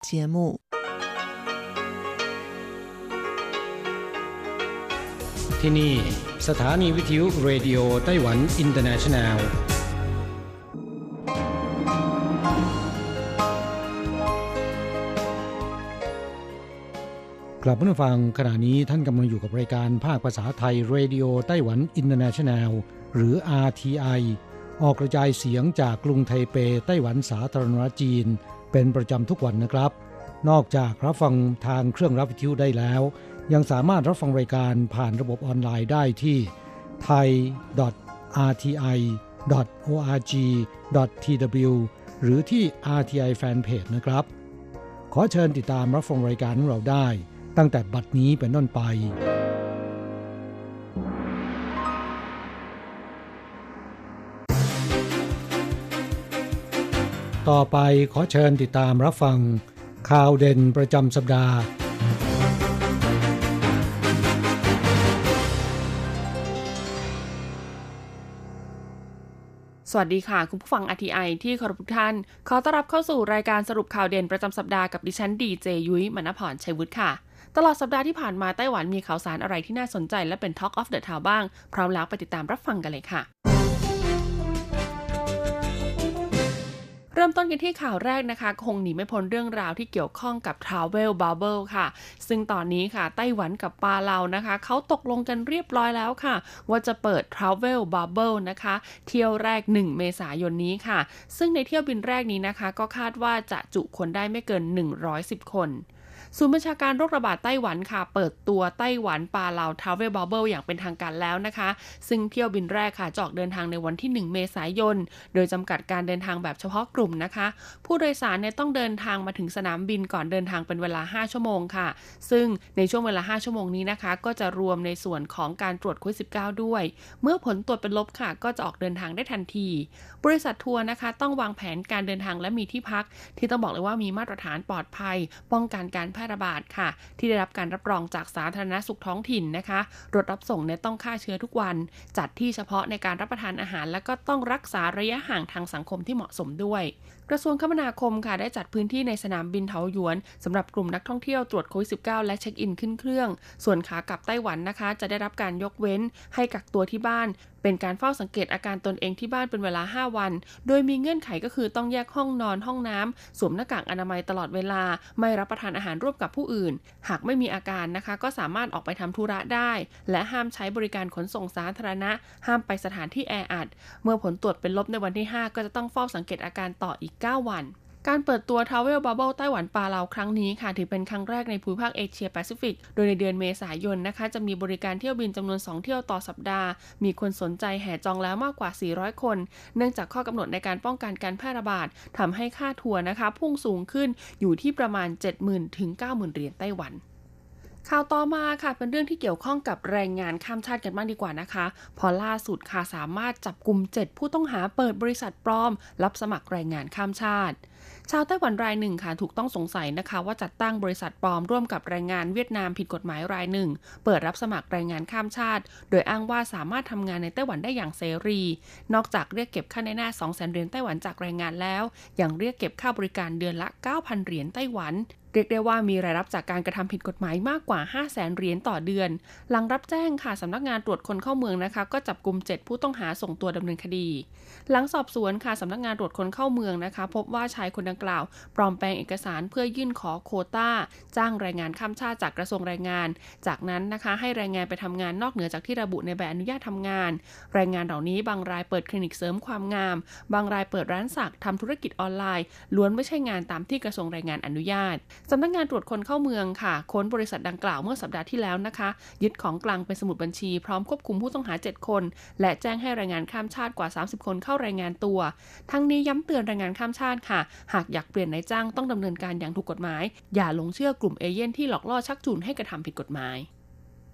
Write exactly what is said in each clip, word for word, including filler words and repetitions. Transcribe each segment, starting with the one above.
节目。 ที่นี่สถานีวิทยุเรดิโอไต้หวันอินเตอร์เนชั่นแนลกลับมาฟังขณะนี้ท่านกำลังอยู่กับรายการภาคภาษาไทยเรดิโอไต้หวันอินเตอร์เนชั่นแนลหรือ อาร์ ที ไอ ออกกระจายเสียงจากกรุงไทเปไต้หวันสาธารณรัฐจีนเป็นประจำทุกวันนะครับนอกจากรับฟังทางเครื่องรับวิทยุได้แล้วยังสามารถรับฟังรายการผ่านระบบออนไลน์ได้ที่ ไทย ดอท อาร์ ที ไอ ดอท โอ อาร์ จี ดอท ที ดับเบิลยู หรือที่ อาร์ ที ไอ Fanpage นะครับขอเชิญติดตามรับฟังรายการของเราได้ตั้งแต่บัดนี้เป็นต้นไปต่อไปขอเชิญติดตามรับฟังข่าวเด่นประจำสัปดาห์สวัสดีค่ะคุณผู้ฟัง อาร์ ที ไอ ที่เคารพทุกท่านขอต้อนรับเข้าสู่รายการสรุปข่าวเด่นประจำสัปดาห์กับดิฉันดีเจยุ้ยมณพรชัยวุฒิค่ะตลอดสัปดาห์ที่ผ่านมาไต้หวันมีข่าวสารอะไรที่น่าสนใจและเป็น Talk of the Town บ้างพร้อมแล้วไปติดตามรับฟังกันเลยค่ะเริ่มต้นกันที่ข่าวแรกนะคะคงหนีไม่พ้นเรื่องราวที่เกี่ยวข้องกับ Travel Bubble ค่ะซึ่งตอนนี้ค่ะไต้หวันกับปาเลานะคะเขาตกลงกันเรียบร้อยแล้วค่ะว่าจะเปิด Travel Bubble นะคะเที่ยวแรกหนึ่งเมษายนนี้ค่ะซึ่งในเที่ยวบินแรกนี้นะคะก็คาดว่าจะจุคนได้ไม่เกินหนึ่งร้อยสิบคนศูนย์บัญชาการโรคระบาดไต้หวันค่ะเปิดตัวไต้หวันปาเลา Travel Bubble อย่างเป็นทางการแล้วนะคะซึ่งเที่ยวบินแรกค่ะจะออกเดินทางในวันที่หนึ่งเมษายนโดยจำกัดการเดินทางแบบเฉพาะกลุ่มนะคะผู้โดยสารเนี่ยต้องเดินทางมาถึงสนามบินก่อนเดินทางเป็นเวลาห้าชั่วโมงค่ะซึ่งในช่วงเวลาห้าชั่วโมงนี้นะคะก็จะรวมในส่วนของการตรวจโควิด สิบเก้า ด้วยเมื่อผลตรวจเป็นลบค่ะก็จะออกเดินทางได้ทันทีบริษัททัวร์นะคะต้องวางแผนการเดินทางและมีที่พักที่ต้องบอกเลยว่ามีมาตรฐานปลอดภัยป้องกันการแพร่ระบาดค่ะที่ได้รับการรับรองจากสาธารณสุขท้องถิ่นนะคะรถรับส่งเนี่ยต้องฆ่าเชื้อทุกวันจัดที่เฉพาะในการรับประทานอาหารและก็ต้องรักษาระยะห่างทางสังคมที่เหมาะสมด้วยกระทรวงคมนาคมค่ะได้จัดพื้นที่ในสนามบินเถาหยวนสำหรับกลุ่มนักท่องเที่ยวตรวจโควิด สิบเก้า และเช็คอินขึ้นเครื่องส่วนขากลับไต้หวันนะคะจะได้รับการยกเว้นให้กักตัวที่บ้านเป็นการเฝ้าสังเกตอาการตนเองที่บ้านเป็นเวลาห้าวันโดยมีเงื่อนไขก็คือต้องแยกห้องนอนห้องน้ำสวมหน้ากากอนามัยตลอดเวลาไม่รับประทานอาหารร่วมกับผู้อื่นหากไม่มีอาการนะคะก็สามารถออกไปทำธุระได้และห้ามใช้บริการขนส่งสาธารณะห้ามไปสถานที่แออัดเมื่อผลตรวจเป็นลบในวันที่ห้าก็จะต้องเฝ้าสังเกตอาการต่ออีกเก้าวันการเปิดตัว Travel Bubble ไต้หวันปาเลาครั้งนี้ค่ะถือเป็นครั้งแรกในภูมิภาคเอเชียแปซิฟิกโดยในเดือนเมษายนนะคะจะมีบริการเที่ยวบินจำนวนสองเที่ยวต่อสัปดาห์มีคนสนใจแห่จองแล้วมากกว่าสี่ร้อยคนเนื่องจากข้อกำหนดในการป้องกันการแพร่ระบาดทำให้ค่าทัวร์นะคะพุ่งสูงขึ้นอยู่ที่ประมาณ เจ็ดหมื่น ถึง เก้าหมื่น เหรียญไต้หวันข่าวต่อมาค่ะเป็นเรื่องที่เกี่ยวข้องกับแรงงานข้ามชาติกันบ้างดีกว่านะคะพอล่าสุดค่ะสามารถจับกุมเจ็ดผู้ต้องหาเปิดบริษัทปลอมรับสมัครแรงงานข้ามชาติชาวไต้หวันรายหนึ่งค่ะถูกต้องสงสัยนะคะว่าจัดตั้งบริษัทปลอมร่วมกับแรงงานเวียดนามผิดกฎหมายรายหนึ่งเปิดรับสมัครแรงงานข้ามชาติโดยอ้างว่าสามารถทำงานในไต้หวันได้อย่างเสรีนอกจากเรียกเก็บค่าในหน้า สองแสน เหรียญไต้หวันจากแรงงานแล้วยังเรียกเก็บค่าบริการเดือนละ เก้าพัน เหรียญไต้หวันเรียกได้ว่ามีรายรับจากการกระทำผิดกฎหมายมากกว่า ห้าแสน เหรียญต่อเดือนหลังรับแจ้งค่ะสำนักงานตรวจคนเข้าเมืองนะคะก็จับกุมเจ็ดผู้ต้องหาส่งตัวดำเนินคดีหลังสอบสวนค่ะสำนักงานตรวจคนเข้าเมืองนะคะพบว่าชายคนดังกล่าวปลอมแปลงเอกสารเพื่อยื่นขอโควต้าจ้างแรงงานข้ามชาติจากกระทรวงแรงงานจากนั้นนะคะให้แรงงานไปทำงานนอกเหนือจากที่ระบุในใบอนุญาตทำงานแรงงานเหล่านี้บางรายเปิดคลินิกเสริมความงามบางรายเปิดร้านสักทำธุรกิจออนไลน์ล้วนไม่ใช่งานตามที่กระทรวงแรงงานอนุญาตสำนักงานตรวจคนเข้าเมืองค่ะค้นบริษัทดังกล่าวเมื่อสัปดาห์ที่แล้วนะคะยึดของกลางเป็นสมุดบัญชีพร้อมควบคุมผู้ต้องหาเจ็ดคนและแจ้งให้แรงงานข้ามชาติกว่าสามสิบคนเข้ารายงานตัวทั้งนี้ย้ำเตือนแรงงานข้ามชาติค่ะหากอยากเปลี่ยนนายจ้างต้องดำเนินการอย่างถูกกฎหมายอย่าหลงเชื่อกลุ่มเอเย่นที่หลอกล่อชักจูงให้กระทำผิดกฎหมาย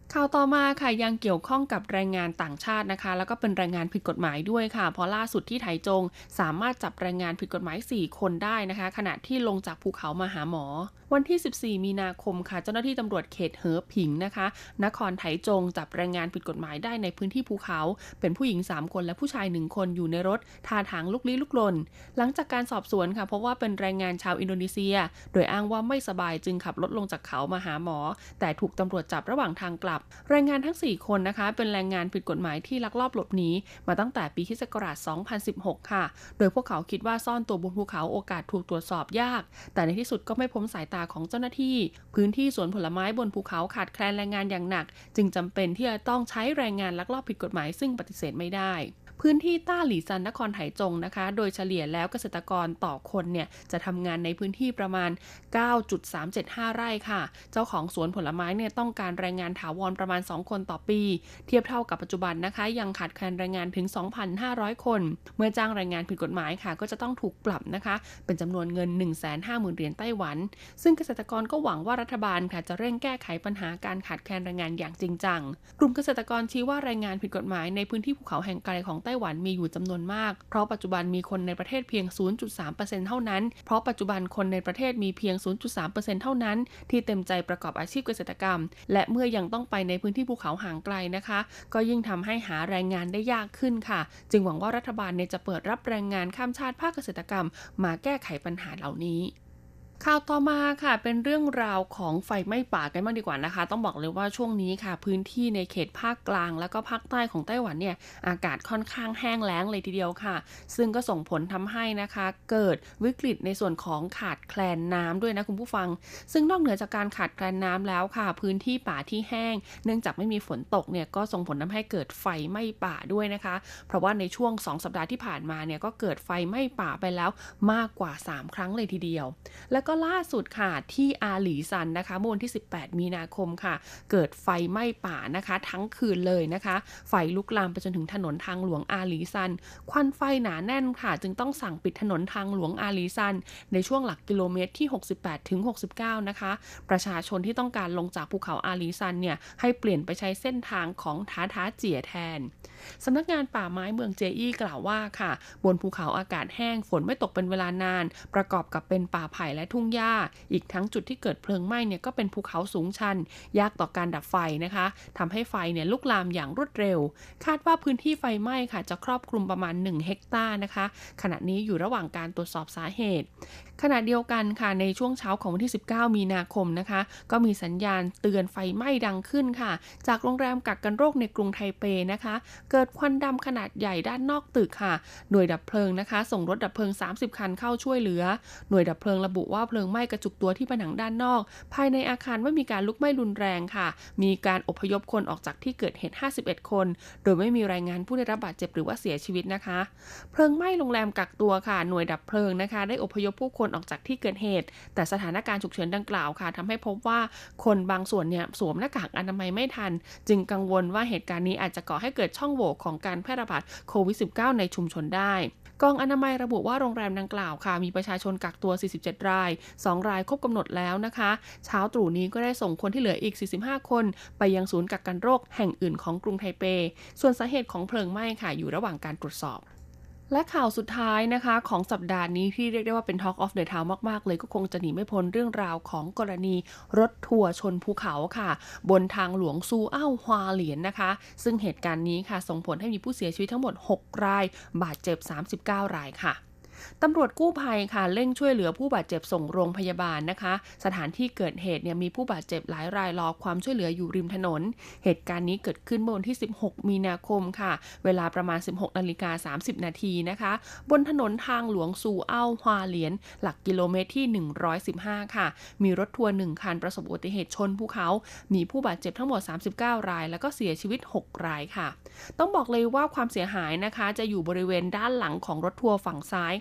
ข่าวต่อมาค่ะยังเกี่ยวข้องกับแรงงานต่างชาตินะคะแล้วก็เป็นแรงงานผิดกฎหมายด้วยค่ะเพราะล่าสุดที่ไถจงสามารถจับแรงงานผิดกฎหมายสี่คนได้นะคะขณะที่ลงจากภูเขามาหาหมอวันที่สิบสี่มีนาคมค่ะเจ้าหน้าที่ตำรวจเขตเหอผิงนะคะนครไถจงจับแรงงานผิดกฎหมายได้ในพื้นที่ภูเขาเป็นผู้หญิงสามคนและผู้ชายหนึ่งคนอยู่ในรถท่าทางลุกลี้ลุกลนหลังจากการสอบสวนค่ะเพราะว่าเป็นแรงงานชาวอินโดนีเซียโดยอ้างว่าไม่สบายจึงขับรถลงจากเขามาหาหมอแต่ถูกตำรวจจับระหว่างทางกลับแรงงานทั้งสี่คนนะคะเป็นแรงงานผิดกฎหมายที่ลักลอบหลบหนีมาตั้งแต่ปีค.ศ. สองพันสิบหกค่ะโดยพวกเขาคิดว่าซ่อนตัวบนภูเขาโอกาสถูกตรวจสอบยากแต่ในที่สุดก็ไม่พ้นสายตาของเจ้าหน้าที่พื้นที่สวนผลไม้บนภูเขาขาดแคลนแรงงานอย่างหนักจึงจำเป็นที่จะต้องใช้แรงงานลักลอบผิดกฎหมายซึ่งปฏิเสธไม่ได้พื้นที่ต้าหลีซันนครไถจงนะคะโดยเฉลี่ยแล้วเกษตรกรต่อคนเนี่ยจะทำงานในพื้นที่ประมาณ เก้าจุดสามเจ็ดห้า ไร่ค่ะเจ้าของสวนผลไม้เนี่ยต้องการแรงงานถาวรประมาณสองคนต่อปีเทียบเท่ากับปัจจุบันนะคะยังขาดแคลนแรงงานถึง สองพันห้าร้อย คนเมื่อจ้างแรงงานผิดกฎหมายค่ะก็จะต้องถูกปรับนะคะเป็นจำนวนเงิน หนึ่งแสนห้าหมื่น เหรียญไต้หวันซึ่งเกษตรกรก็หวังว่ารัฐบาลค่ะจะเร่งแก้ไขปัญหาการขาดแคลนแรงงานอย่างจริงจังกลุ่มเกษตรกรชี้ว่าแรงงานผิดกฎหมายในพื้นที่ภูเขาแห่งไกลของไต้หวันมีอยู่จำนวนมากเพราะปัจจุบันมีคนในประเทศเพียง ศูนย์จุดสามเปอร์เซ็นต์ เท่านั้นเพราะปัจจุบันคนในประเทศมีเพียง ศูนย์จุดสามเปอร์เซ็นต์ เท่านั้นที่เต็มใจประกอบอาชีพเกษตรกรรมและเมื่อยังต้องไปในพื้นที่ภูเขาห่างไกลนะคะก็ยิ่งทำให้หาแรงงานได้ยากขึ้นค่ะจึงหวังว่ารัฐบาลเนี่ยจะเปิดรับแรงงานข้ามชาติภาคเกษตรกรรมมาแก้ไขปัญหาเหล่านี้ข่าวต่อมาค่ะเป็นเรื่องราวของไฟไหม้ป่ากันบ้างดีกว่านะคะต้องบอกเลยว่าช่วงนี้ค่ะพื้นที่ในเขตภาคกลางแล้วก็ภาคใต้ของไต้หวันเนี่ยอากาศค่อนข้างแห้งแล้งเลยทีเดียวค่ะซึ่งก็ส่งผลทำให้นะคะเกิดวิกฤตในส่วนของขาดแคลนน้ำด้วยนะคุณผู้ฟังซึ่งนอกเหนือจากการขาดแคลนน้ำแล้วค่ะพื้นที่ป่าที่แห้งเนื่องจากไม่มีฝนตกเนี่ยก็ส่งผลทำให้เกิดไฟไหม้ป่าด้วยนะคะเพราะว่าในช่วงสองสัปดาห์ที่ผ่านมาเนี่ยก็เกิดไฟไหม้ป่าไปแล้วมากกว่าสามครั้งเลยทีเดียวแล้วก็ล่าสุดค่ะที่อาหลีซันนะคะเมื่อวันที่สิบแปดมีนาคมค่ะเกิดไฟไหม้ป่านะคะทั้งคืนเลยนะคะไฟลุกลามไปจนถึงถนนทางหลวงอาหลีซันควันไฟหนาแน่นค่ะจึงต้องสั่งปิดถนนทางหลวงอาหลีซันในช่วงหลักกิโลเมตรที่หกสิบแปดถึงหกสิบเก้านะคะประชาชนที่ต้องการลงจากภูเขาอาหลีซันเนี่ยให้เปลี่ยนไปใช้เส้นทางของท้าท้าเจี๋ยแทนสำนักงานป่าไม้เมืองเจอี้กล่าวว่าค่ะบนภูเขาอากาศแห้งฝนไม่ตกเป็นเวลานานประกอบกับเป็นป่าไผ่และทุ่งหญ้าอีกทั้งจุดที่เกิดเพลิงไหม้เนี่ยก็เป็นภูเขาสูงชันยากต่อการดับไฟนะคะทำให้ไฟเนี่ยลุกลามอย่างรวดเร็วคาดว่าพื้นที่ไฟไหม้ค่ะจะครอบคลุมประมาณหนึ่งเฮกตาร์นะคะขณะนี้อยู่ระหว่างการตรวจสอบสาเหตุขณะเดียวกันค่ะในช่วงเช้าของวันที่สิบเก้ามีนาคมนะคะก็มีสัญญาณเตือนไฟไหม้ดังขึ้นค่ะจากโรงแรมกักกันโรคในกรุงไทเปนะคะเกิดควันดำขนาดใหญ่ด้านนอกตึกค่ะหน่วยดับเพลิงนะคะส่งรถดับเพลิงสามสิบคันเข้าช่วยเหลือหน่วยดับเพลิงระบุว่าเพลิงไหม้กระจุกตัวที่ผนังด้านนอกภายในอาคารไม่มีการลุกไหม้รุนแรงค่ะมีการอพยพคนออกจากที่เกิดเหตุห้าสิบเอ็ดคนโดยไม่มีรายงานผู้ได้รับบาดเจ็บหรือว่าเสียชีวิตนะคะเพลิงไหม้โรงแรมกักตัวค่ะหน่วยดับเพลิงนะคะได้อพยพผู้คนออกจากที่เกิดเหตุแต่สถานการณ์ฉุกเฉินดังกล่าวค่ะทำให้พบว่าคนบางส่วนเนี่ยสวมหน้ากากอนามัยไม่ทันจึงกังวลว่าเหตุการณ์นี้อาจจะก่อให้เกิดช่องโหว่ของการแพร่ระบาดโควิด สิบเก้า ในชุมชนได้กองอนามัยระบุว่าโรงแรมดังกล่าวค่ะมีประชาชนกักตัวสี่สิบเจ็ดรายสองรายครบกำหนดแล้วนะคะเช้าตรู่นี้ก็ได้ส่งคนที่เหลืออีกสี่สิบห้าคนไปยังศูนย์กักกันโรคแห่งอื่นของกรุงไทเปส่วนสาเหตุของเพลิงไหม้ค่ะอยู่ระหว่างการตรวจสอบและข่าวสุดท้ายนะคะของสัปดาห์นี้ที่เรียกได้ว่าเป็น Talk of the Town มากๆเลยก็คงจะหนีไม่พ้นเรื่องราวของกรณีรถทัวร์ชนภูเขาค่ะบนทางหลวงซูเอ้าฮวาเหลียนนะคะซึ่งเหตุการณ์นี้ค่ะส่งผลให้มีผู้เสียชีวิตทั้งหมดหกรายบาดเจ็บสามสิบเก้ารายค่ะตำรวจกู้ภัยค่ะเร่งช่วยเหลือผู้บาดเจ็บส่งโรงพยาบาลนะคะสถานที่เกิดเหตุเนี่ยมีผู้บาดเจ็บหลายรายรอความช่วยเหลืออยู่ริมถนนเหตุการณ์นี้เกิดขึ้นเมื่อวันที่สิบหกมีนาคมค่ะเวลาประมาณ สิบหกนาฬิกาสามสิบนาทีนะคะบนถนนทางหลวงซูเอ้าฮวาเหลียนหลักกิโลเมตรที่หนึ่งร้อยสิบห้าค่ะมีรถทัวร์หนึ่งคันประสบอุบัติเหตุชนภูเขามีผู้บาดเจ็บทั้งหมดสามสิบเก้ารายแล้วก็เสียชีวิตหกรายค่ะต้องบอกเลยว่าความเสียหายนะคะจะอยู่บริเวณด้านหลังของรถทัวร์ฝั่งซ้าย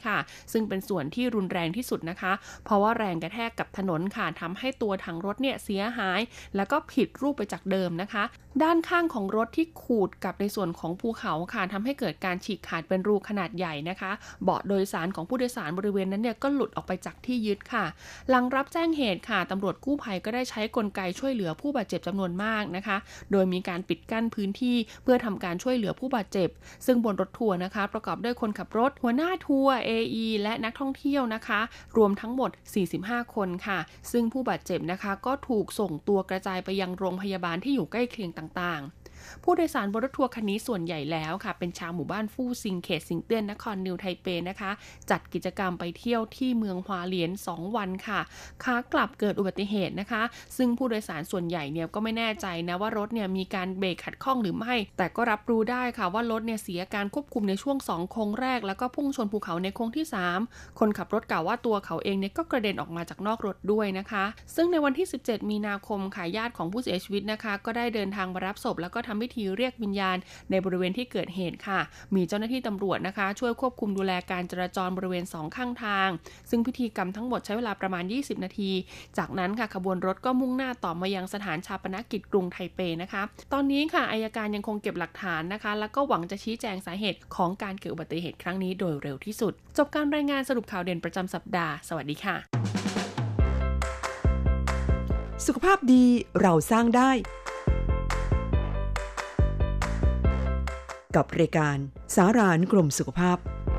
ค่ะซึ่งเป็นส่วนที่รุนแรงที่สุดนะคะเพราะว่าแรงกระแทกกับถนนค่ะทำให้ตัวถังรถเนี่ยเสียหายแล้วก็ผิดรูปไปจากเดิมนะคะด้านข้างของรถที่ขูดกับในส่วนของภูเขาค่ะทำให้เกิดการฉีกขาดเป็นรูขนาดใหญ่นะคะเบาะโดยสารของผู้โดยสารบริเวณนั้นเนี่ยก็หลุดออกไปจากที่ยึดค่ะหลังรับแจ้งเหตุค่ะตำรวจกู้ภัยก็ได้ใช้กลไกช่วยเหลือผู้บาดเจ็บจำนวนมากนะคะโดยมีการปิดกั้นพื้นที่เพื่อทำการช่วยเหลือผู้บาดเจ็บซึ่งบนรถทัวร์นะคะประกอบด้วยคนขับรถหัวหน้าทัวร์ เอ อี และนักท่องเที่ยวนะคะรวมทั้งหมดสี่สิบห้าคนค่ะซึ่งผู้บาดเจ็บนะคะก็ถูกส่งตัวกระจายไปยังโรงพยาบาลที่อยู่ใกล้เคียงต่างๆผู้โดยสารบนรถทัวร์คันนี้ส่วนใหญ่แล้วค่ะเป็นชาวหมู่บ้านฟู่ซิงเขตซิงเตี้ยนนครนิวไทเปนะคะจัดกิจกรรมไปเที่ยวที่เมืองฮวาเหลียนสองวันค่ะขากลับเกิดอุบัติเหตุนะคะซึ่งผู้โดยสารส่วนใหญ่เนี่ยก็ไม่แน่ใจนะว่ารถเนี่ยมีการเบรกขัดข้องหรือไม่แต่ก็รับรู้ได้ค่ะว่ารถเนี่ยเสียการควบคุมในช่วงสองโค้งแรกแล้วก็พุ่งชนภูเขาในโค้งที่สามคนขับรถกล่าวว่าตัวเขาเองเนี่ยก็กระเด็นออกมาจากนอกรถด้วยนะคะซึ่งในวันที่สิบเจ็ดมีนาคมค่ะญาติของผู้เสียชีวิตนะคะก็ได้เดินทางมารับศพแล้วก็ทำพิธีเรียกวิญญาณในบริเวณที่เกิดเหตุค่ะมีเจ้าหน้าที่ตำรวจนะคะช่วยควบคุมดูแลการจราจรบริเวณสองข้างทางซึ่งพิธีกรรมทั้งหมดใช้เวลาประมาณยี่สิบนาทีจากนั้นค่ะขบวนรถก็มุ่งหน้าต่อมายังสถานชาปนกิจกรุงไทเปนะคะตอนนี้ค่ะอัยการยังคงเก็บหลักฐานนะคะแล้วก็หวังจะชี้แจงสาเหตุของการเกิดอุบัติเหตุครั้งนี้โดยเร็วที่สุดจบการรายงานสรุปข่าวเด่นประจำสัปดาห์สวัสดีค่ะสุขภาพดีเราสร้างได้กับรายการสารานกรมสุขภาพ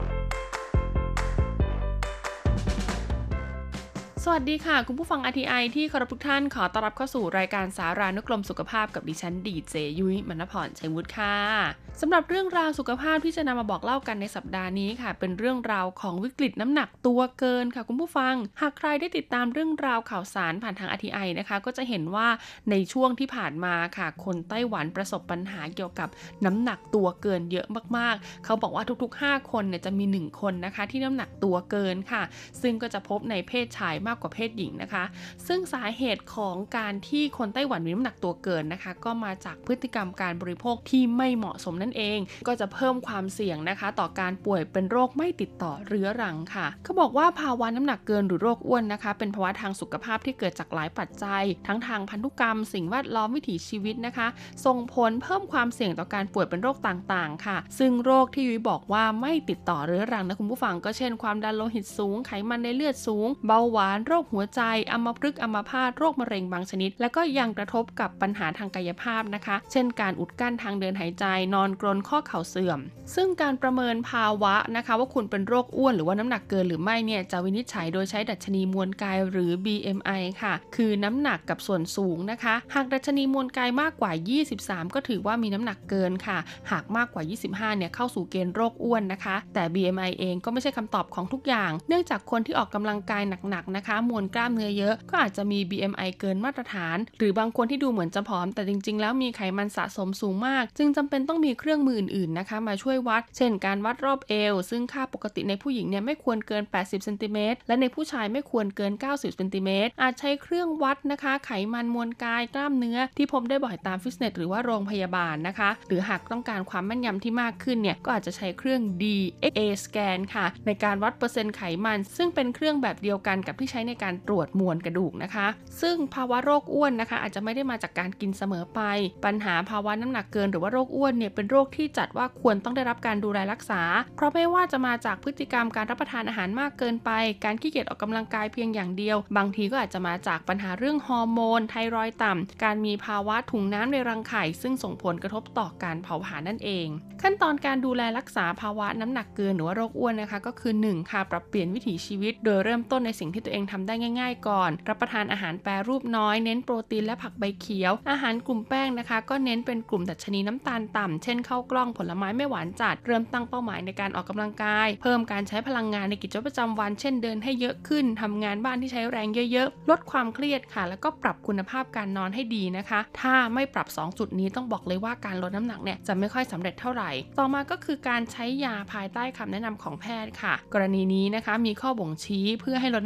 สวัสดีค่ะคุณผู้ฟัง อาร์ ที ไอ ที่เคารพทุกท่านขอต้อนรับเข้าสู่รายการสารานุกรมสุขภาพกับดิฉันดีเจยุ้ยมณพรชัยวุฒิค่ะสำหรับเรื่องราวสุขภาพที่จะนำมาบอกเล่ากันในสัปดาห์นี้ค่ะเป็นเรื่องราวของวิกฤตน้ำหนักตัวเกินค่ะคุณผู้ฟังหากใครได้ติดตามเรื่องราวข่าวสารผ่านทาง อาร์ ที ไอ นะคะก็จะเห็นว่าในช่วงที่ผ่านมาค่ะคนไต้หวันประสบปัญหาเกี่ยวกับน้ำหนักตัวเกินเยอะมากๆเขาบอกว่าทุกๆห้าคนเนี่ยจะมีหนึ่งคนนะคะที่น้ำหนักตัวเกินค่ะซึ่งก็จะพบในเพศชายมากกว่าเพศหญิงนะคะซึ่งสาเหตุของการที่คนไต้หวันมีน้ำหนักตัวเกินนะคะก็มาจากพฤติกรรมการบริโภคที่ไม่เหมาะสมนั่นเองก็จะเพิ่มความเสี่ยงนะคะต่อการป่วยเป็นโรคไม่ติดต่อเรื้อรังค่ะเขาบอกว่าภาวะน้ำหนักเกินหรือโรคอ้วนนะคะเป็นภาวะทางสุขภาพที่เกิดจากหลายปัจจัยทั้งทางพันธุกรรมสิ่งแวดล้อมวิถีชีวิตนะคะส่งผลเพิ่มความเสี่ยงต่อการป่วยเป็นโรคต่างๆค่ะซึ่งโรคที่ยุ้ยบอกว่าไม่ติดต่อเรื้อรังนะคุณผู้ฟังก็เช่นความดันโลหิตสูงไขมันในเลือดสูงเบาหวานโรคหัวใจอัมพฤกษ์อัมพาตโรคมะเร็งบางชนิดและก็ยังกระทบกับปัญหาทางกายภาพนะคะเช่นการอุดกั้นทางเดินหายใจนอนกรนข้อเข่าเสื่อมซึ่งการประเมินภาวะนะคะว่าคุณเป็นโรคอ้วนหรือว่าน้ำหนักเกินหรือไม่เนี่ยจะวินิจฉัยโดยใช้ดัชนีมวลกายหรือ บี เอ็ม ไอ ค่ะคือน้ำหนักกับส่วนสูงนะคะหากดัชนีมวลกายมากกว่ายี่สิบสามก็ถือว่ามีน้ำหนักเกินค่ะหากมากกว่ายี่สิบห้าเนี่ยเข้าสู่เกณฑ์โรคอ้วนนะคะแต่ บี เอ็ม ไอ เองก็ไม่ใช่คำตอบของทุกอย่างเนื่องจากคนที่ออกกำลังกายหนักๆนะคะมวลกล้ามเนื้อเยอะก็อาจจะมี บี เอ็ม ไอ เกินมาตรฐานหรือบางคนที่ดูเหมือนจะผอมแต่จริงๆแล้วมีไขมันสะสมสูงมากจึงจำเป็นต้องมีเครื่องมืออื่นๆนะคะมาช่วยวัดเช่นการวัดรอบเอวซึ่งค่าปกติในผู้หญิงเนี่ยไม่ควรเกินแปดสิบเซนติเมตรและในผู้ชายไม่ควรเกินเก้าสิบเซนติเมตรอาจใช้เครื่องวัดนะคะไขมันมวลกายกล้ามเนื้อที่พบได้บ่อยตามฟิตเนสหรือว่าโรงพยาบาลนะคะหรือหากต้องการความแม่นยำที่มากขึ้นเนี่ยก็อาจจะใช้เครื่อง ดี เอ็กซ์ เอ scan ค่ะในการวัดเปอร์เซ็นต์ไขมันซึ่งเป็นเครื่องแบบเดียวกันกับที่ใช้ในการตรวจมวลกระดูกนะคะซึ่งภาวะโรคอ้วนนะคะอาจจะไม่ได้มาจากการกินเสมอไปปัญหาภาวะน้ำหนักเกินหรือว่าโรคอ้วนเนี่ยเป็นโรคที่จัดว่าควรต้องได้รับการดูแลรักษาเพราะไม่ว่าจะมาจากพฤติกรรมการรับประทานอาหารมากเกินไปการขี้เกียจออกกำลังกายเพียงอย่างเดียวบางทีก็อาจจะมาจากปัญหาเรื่องฮอร์โมนไทรอยด์ต่ำการมีภาวะถุงน้ำในรังไข่ซึ่งส่งผลกระทบต่อการเผาผลาญนั่นเองขั้นตอนการดูแลรักษาภาวะน้ำหนักเกินหรือว่าโรคอ้วนนะคะก็คือหนึ่งค่ะปรับเปลี่ยนวิถีชีวิตโดยเริ่มต้นในสิ่งที่ตัวเองทำได้ง่ายๆก่อนรับประทานอาหารแปรรูปน้อยเน้นโปรตีนและผักใบเขียวอาหารกลุ่มแป้งนะคะก็เน้นเป็นกลุ่มดัชนีน้ำตาลต่ำเช่นข้าวกล้องผลไม้ไม่หวานจัดเริ่มตั้งเป้าหมายในการออกกำลังกายเพิ่มการใช้พลังงานในกิจวัตรประจำวันเช่นเดินให้เยอะขึ้นทำงานบ้านที่ใช้แรงเยอะๆลดความเครียดค่ะแล้วก็ปรับคุณภาพการนอนให้ดีนะคะถ้าไม่ปรับสองจุดนี้ต้องบอกเลยว่าการลดน้ำหนักเนี่ยจะไม่ค่อยสำเร็จเท่าไหร่ต่อมาก็คือการใช้ยาภายใต้คำแนะนำของแพทย์ค่ะกรณีนี้นะคะมีข้อบ่งชี้เพื่อให้ลดน้ำหนักได้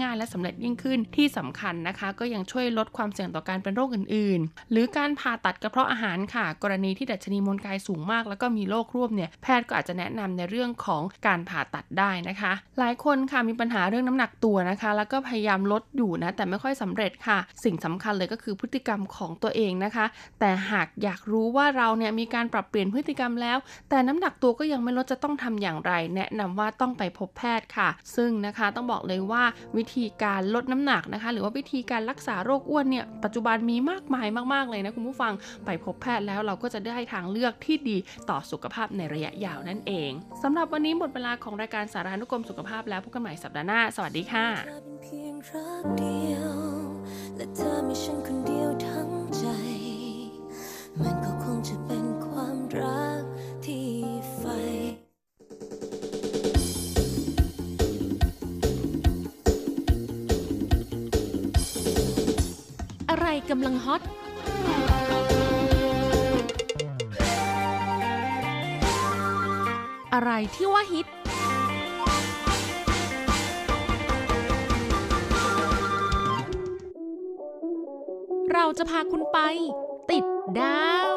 ง่ายและสำเร็จยิ่งขึ้นที่สำคัญนะคะก็ยังช่วยลดความเสี่ยงต่อการเป็นโรคอื่นๆหรือการผ่าตัดกระเพาะอาหารค่ะกรณีที่ดัชนีมวลกายสูงมากแล้วก็มีโรคร่วมเนี่ยแพทย์ก็อาจจะแนะนำในเรื่องของการผ่าตัดได้นะคะหลายคนค่ะมีปัญหาเรื่องน้ำหนักตัวนะคะแล้วก็พยายามลดอยู่นะแต่ไม่ค่อยสำเร็จค่ะสิ่งสำคัญเลยก็คือพฤติกรรมของตัวเองนะคะแต่หากอยากรู้ว่าเราเนี่ยมีการปรับเปลี่ยนพฤติกรรมแล้วแต่น้ำหนักตัวก็ยังไม่ลดจะต้องทำอย่างไรแนะนำว่าต้องไปพบแพทย์ค่ะซึ่งนะคะต้องบอกเลยว่าวิธีการลดน้ำหนักนะคะหรือว่าวิธีการรักษาโรคอ้วนเนี่ยปัจจุบันมีมากมายมากๆเลยนะคุณผู้ฟังไปพบแพทย์แล้วเราก็จะได้ทางเลือกที่ดีต่อสุขภาพในระยะยาวนั่นเองสำหรับวันนี้หมดเวลาของรายการสารานุกรมสุขภาพแล้วพบกันใหม่สัปดาห์หน้าสวัสดีค่ะและเธอมีฉันคนเดียวทั้งใจมันก็คงจะเป็นความรักที่ใฝ่อะไรกำลังฮอตอะไรที่ว่าฮิตเราจะพาคุณไปติดดาว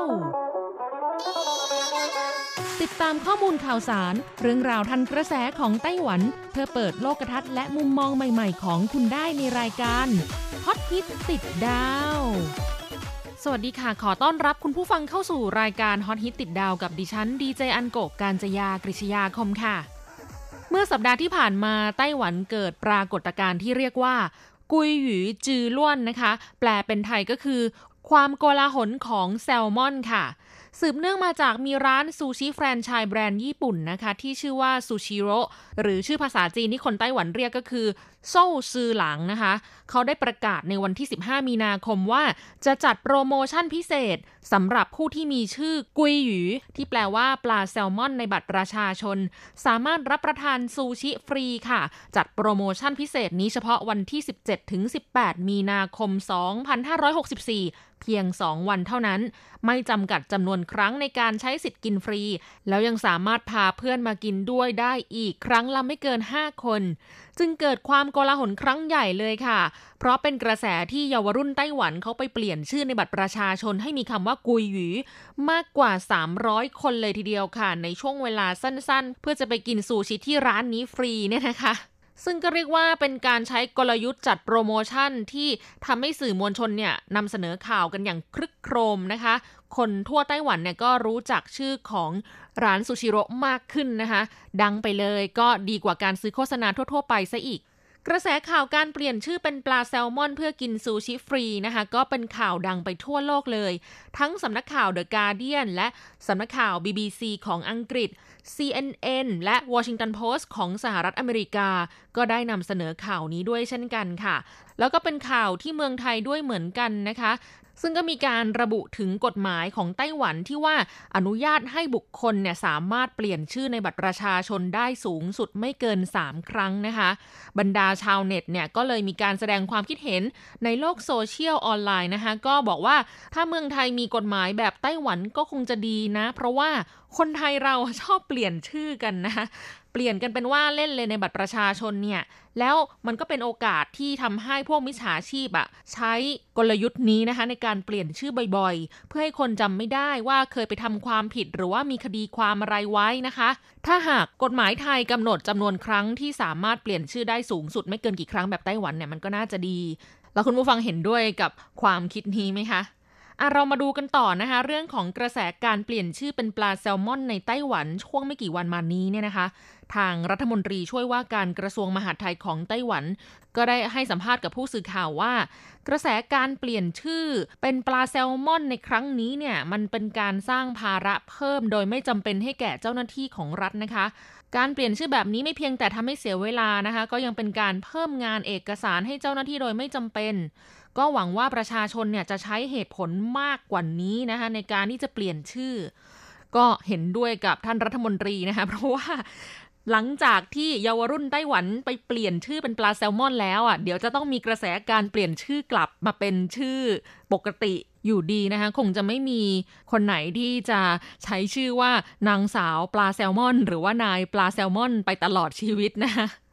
ติดตามข้อมูลข่าวสารเรื่องราวทันกระแสของไต้หวันเพื่อเปิดโลกทัศน์และมุมมองใหม่ๆของคุณได้ในรายการฮอตฮิตติดดาวสวัสดีค่ะขอต้อนรับคุณผู้ฟังเข้าสู่รายการฮอตฮิตติดดาวกับดิฉันดีเจอันโกะกาญจยากฤษยาคมค่ะเมื่อสัปดาห์ที่ผ่านมาไต้หวันเกิดปรากฏการณ์ที่เรียกว่ากุยหยูจือล้วนนะคะแปลเป็นไทยก็คือความโกลาหลของแซลมอนค่ะสืบเนื่องมาจากมีร้านซูชิแฟรนไชส์แบรนด์ญี่ปุ่นนะคะที่ชื่อว่าซูชิโร่หรือชื่อภาษาจีนที่คนไต้หวันเรียกก็คือโซ่ซือหลังนะคะเขาได้ประกาศในวันที่สิบห้ามีนาคมว่าจะจัดโปรโมชั่นพิเศษสำหรับผู้ที่มีชื่อกุยหยูที่แปลว่าปลาแซลมอนในบัตรประชาชนสามารถรับประทานซูชิฟรีค่ะจัดโปรโมชั่นพิเศษนี้เฉพาะวันที่ สิบเจ็ดถึงสิบแปด มีนาคม สองพันห้าร้อยหกสิบสี่ เพียงสองวันเท่านั้นไม่จำกัดจำนวนครั้งในการใช้สิทธิ์กินฟรีแล้วยังสามารถพาเพื่อนมากินด้วยได้อีกครั้งละไม่เกินห้าคนจึงเกิดความโกลาหลครั้งใหญ่เลยค่ะเพราะเป็นกระแสที่เยาวรุ่นไต้หวันเขาไปเปลี่ยนชื่อในบัตรประชาชนให้มีคำว่ากุยหยูมากกว่าสามร้อยคนเลยทีเดียวค่ะในช่วงเวลาสั้นๆเพื่อจะไปกินซูชิที่ร้านนี้ฟรีเนี่ยนะคะซึ่งก็เรียกว่าเป็นการใช้กลยุทธ์จัดโปรโมชั่นที่ทำให้สื่อมวลชนเนี่ยนำเสนอข่าวกันอย่างครึกโครมนะคะคนทั่วไต้หวันเนี่ยก็รู้จักชื่อของร้านซูชิโร่มากขึ้นนะคะดังไปเลยก็ดีกว่าการซื้อโฆษณาทั่วๆไปซะอีกกระแสข่าวการเปลี่ยนชื่อเป็นปลาแซลมอนเพื่อกินซูชิฟรีนะคะก็เป็นข่าวดังไปทั่วโลกเลยทั้งสำนักข่าว The Guardian และสำนักข่าว บี บี ซี ของอังกฤษ ซี เอ็น เอ็น และ Washington Post ของสหรัฐอเมริกาก็ได้นำเสนอข่าวนี้ด้วยเช่นกันค่ะแล้วก็เป็นข่าวที่เมืองไทยด้วยเหมือนกันนะคะซึ่งก็มีการระบุถึงกฎหมายของไต้หวันที่ว่าอนุญาตให้บุคคลเนี่ยสามารถเปลี่ยนชื่อในบัตรประชาชนได้สูงสุดไม่เกินสามครั้งนะคะบรรดาชาวเน็ตเนี่ยก็เลยมีการแสดงความคิดเห็นในโลกโซเชียลออนไลน์นะคะก็บอกว่าถ้าเมืองไทยมีกฎหมายแบบไต้หวันก็คงจะดีนะเพราะว่าคนไทยเราชอบเปลี่ยนชื่อกันนะคะเปลี่ยนกันเป็นว่าเล่นเลยในบัตรประชาชนเนี่ยแล้วมันก็เป็นโอกาสที่ทำให้พวกมิจฉาชีพอะใช้กลยุทธ์นี้นะคะในการเปลี่ยนชื่อบ่อยๆเพื่อให้คนจำไม่ได้ว่าเคยไปทำความผิดหรือว่ามีคดีความอะไรไว้นะคะถ้าหากกฎหมายไทยกำหนดจำนวนครั้งที่สามารถเปลี่ยนชื่อได้สูงสุดไม่เกินกี่ครั้งแบบไต้หวันเนี่ยมันก็น่าจะดีแล้วคุณผู้ฟังเห็นด้วยกับความคิดนี้ไหมคะอ่ะเรามาดูกันต่อนะคะเรื่องของกระแสการเปลี่ยนชื่อเป็นปลาแซลมอนในไต้หวันช่วงไม่กี่วันมานี้เนี่ยนะคะทางรัฐมนตรีช่วยว่าการกระทรวงมหาดไทยของไต้หวันก็ได้ให้สัมภาษณ์กับผู้สื่อข่าวว่ากระแสการเปลี่ยนชื่อเป็นปลาแซลมอนในครั้งนี้เนี่ยมันเป็นการสร้างภาระเพิ่มโดยไม่จำเป็นให้แก่เจ้าหน้าที่ของรัฐนะคะการเปลี่ยนชื่อแบบนี้ไม่เพียงแต่ทำให้เสียเวลานะคะก็ยังเป็นการเพิ่มงานเอกสารให้เจ้าหน้าที่โดยไม่จำเป็นก็หวังว่าประชาชนเนี่ยจะใช้เหตุผลมากกว่านี้นะคะในการที่จะเปลี่ยนชื่อก็เห็นด้วยกับท่านรัฐมนตรีนะคะเพราะว่าหลังจากที่เยาวรุ่นไต้หวันไปเปลี่ยนชื่อเป็นปลาแซลมอนแล้วอ่ะเดี๋ยวจะต้องมีกระแสการเปลี่ยนชื่อกลับมาเป็นชื่อปกติอยู่ดีนะคะคงจะไม่มีคนไหนที่จะใช้ชื่อว่านางสาวปลาแซลมอนหรือว่านายปลาแซลมอนไปตลอดชีวิตนะคะ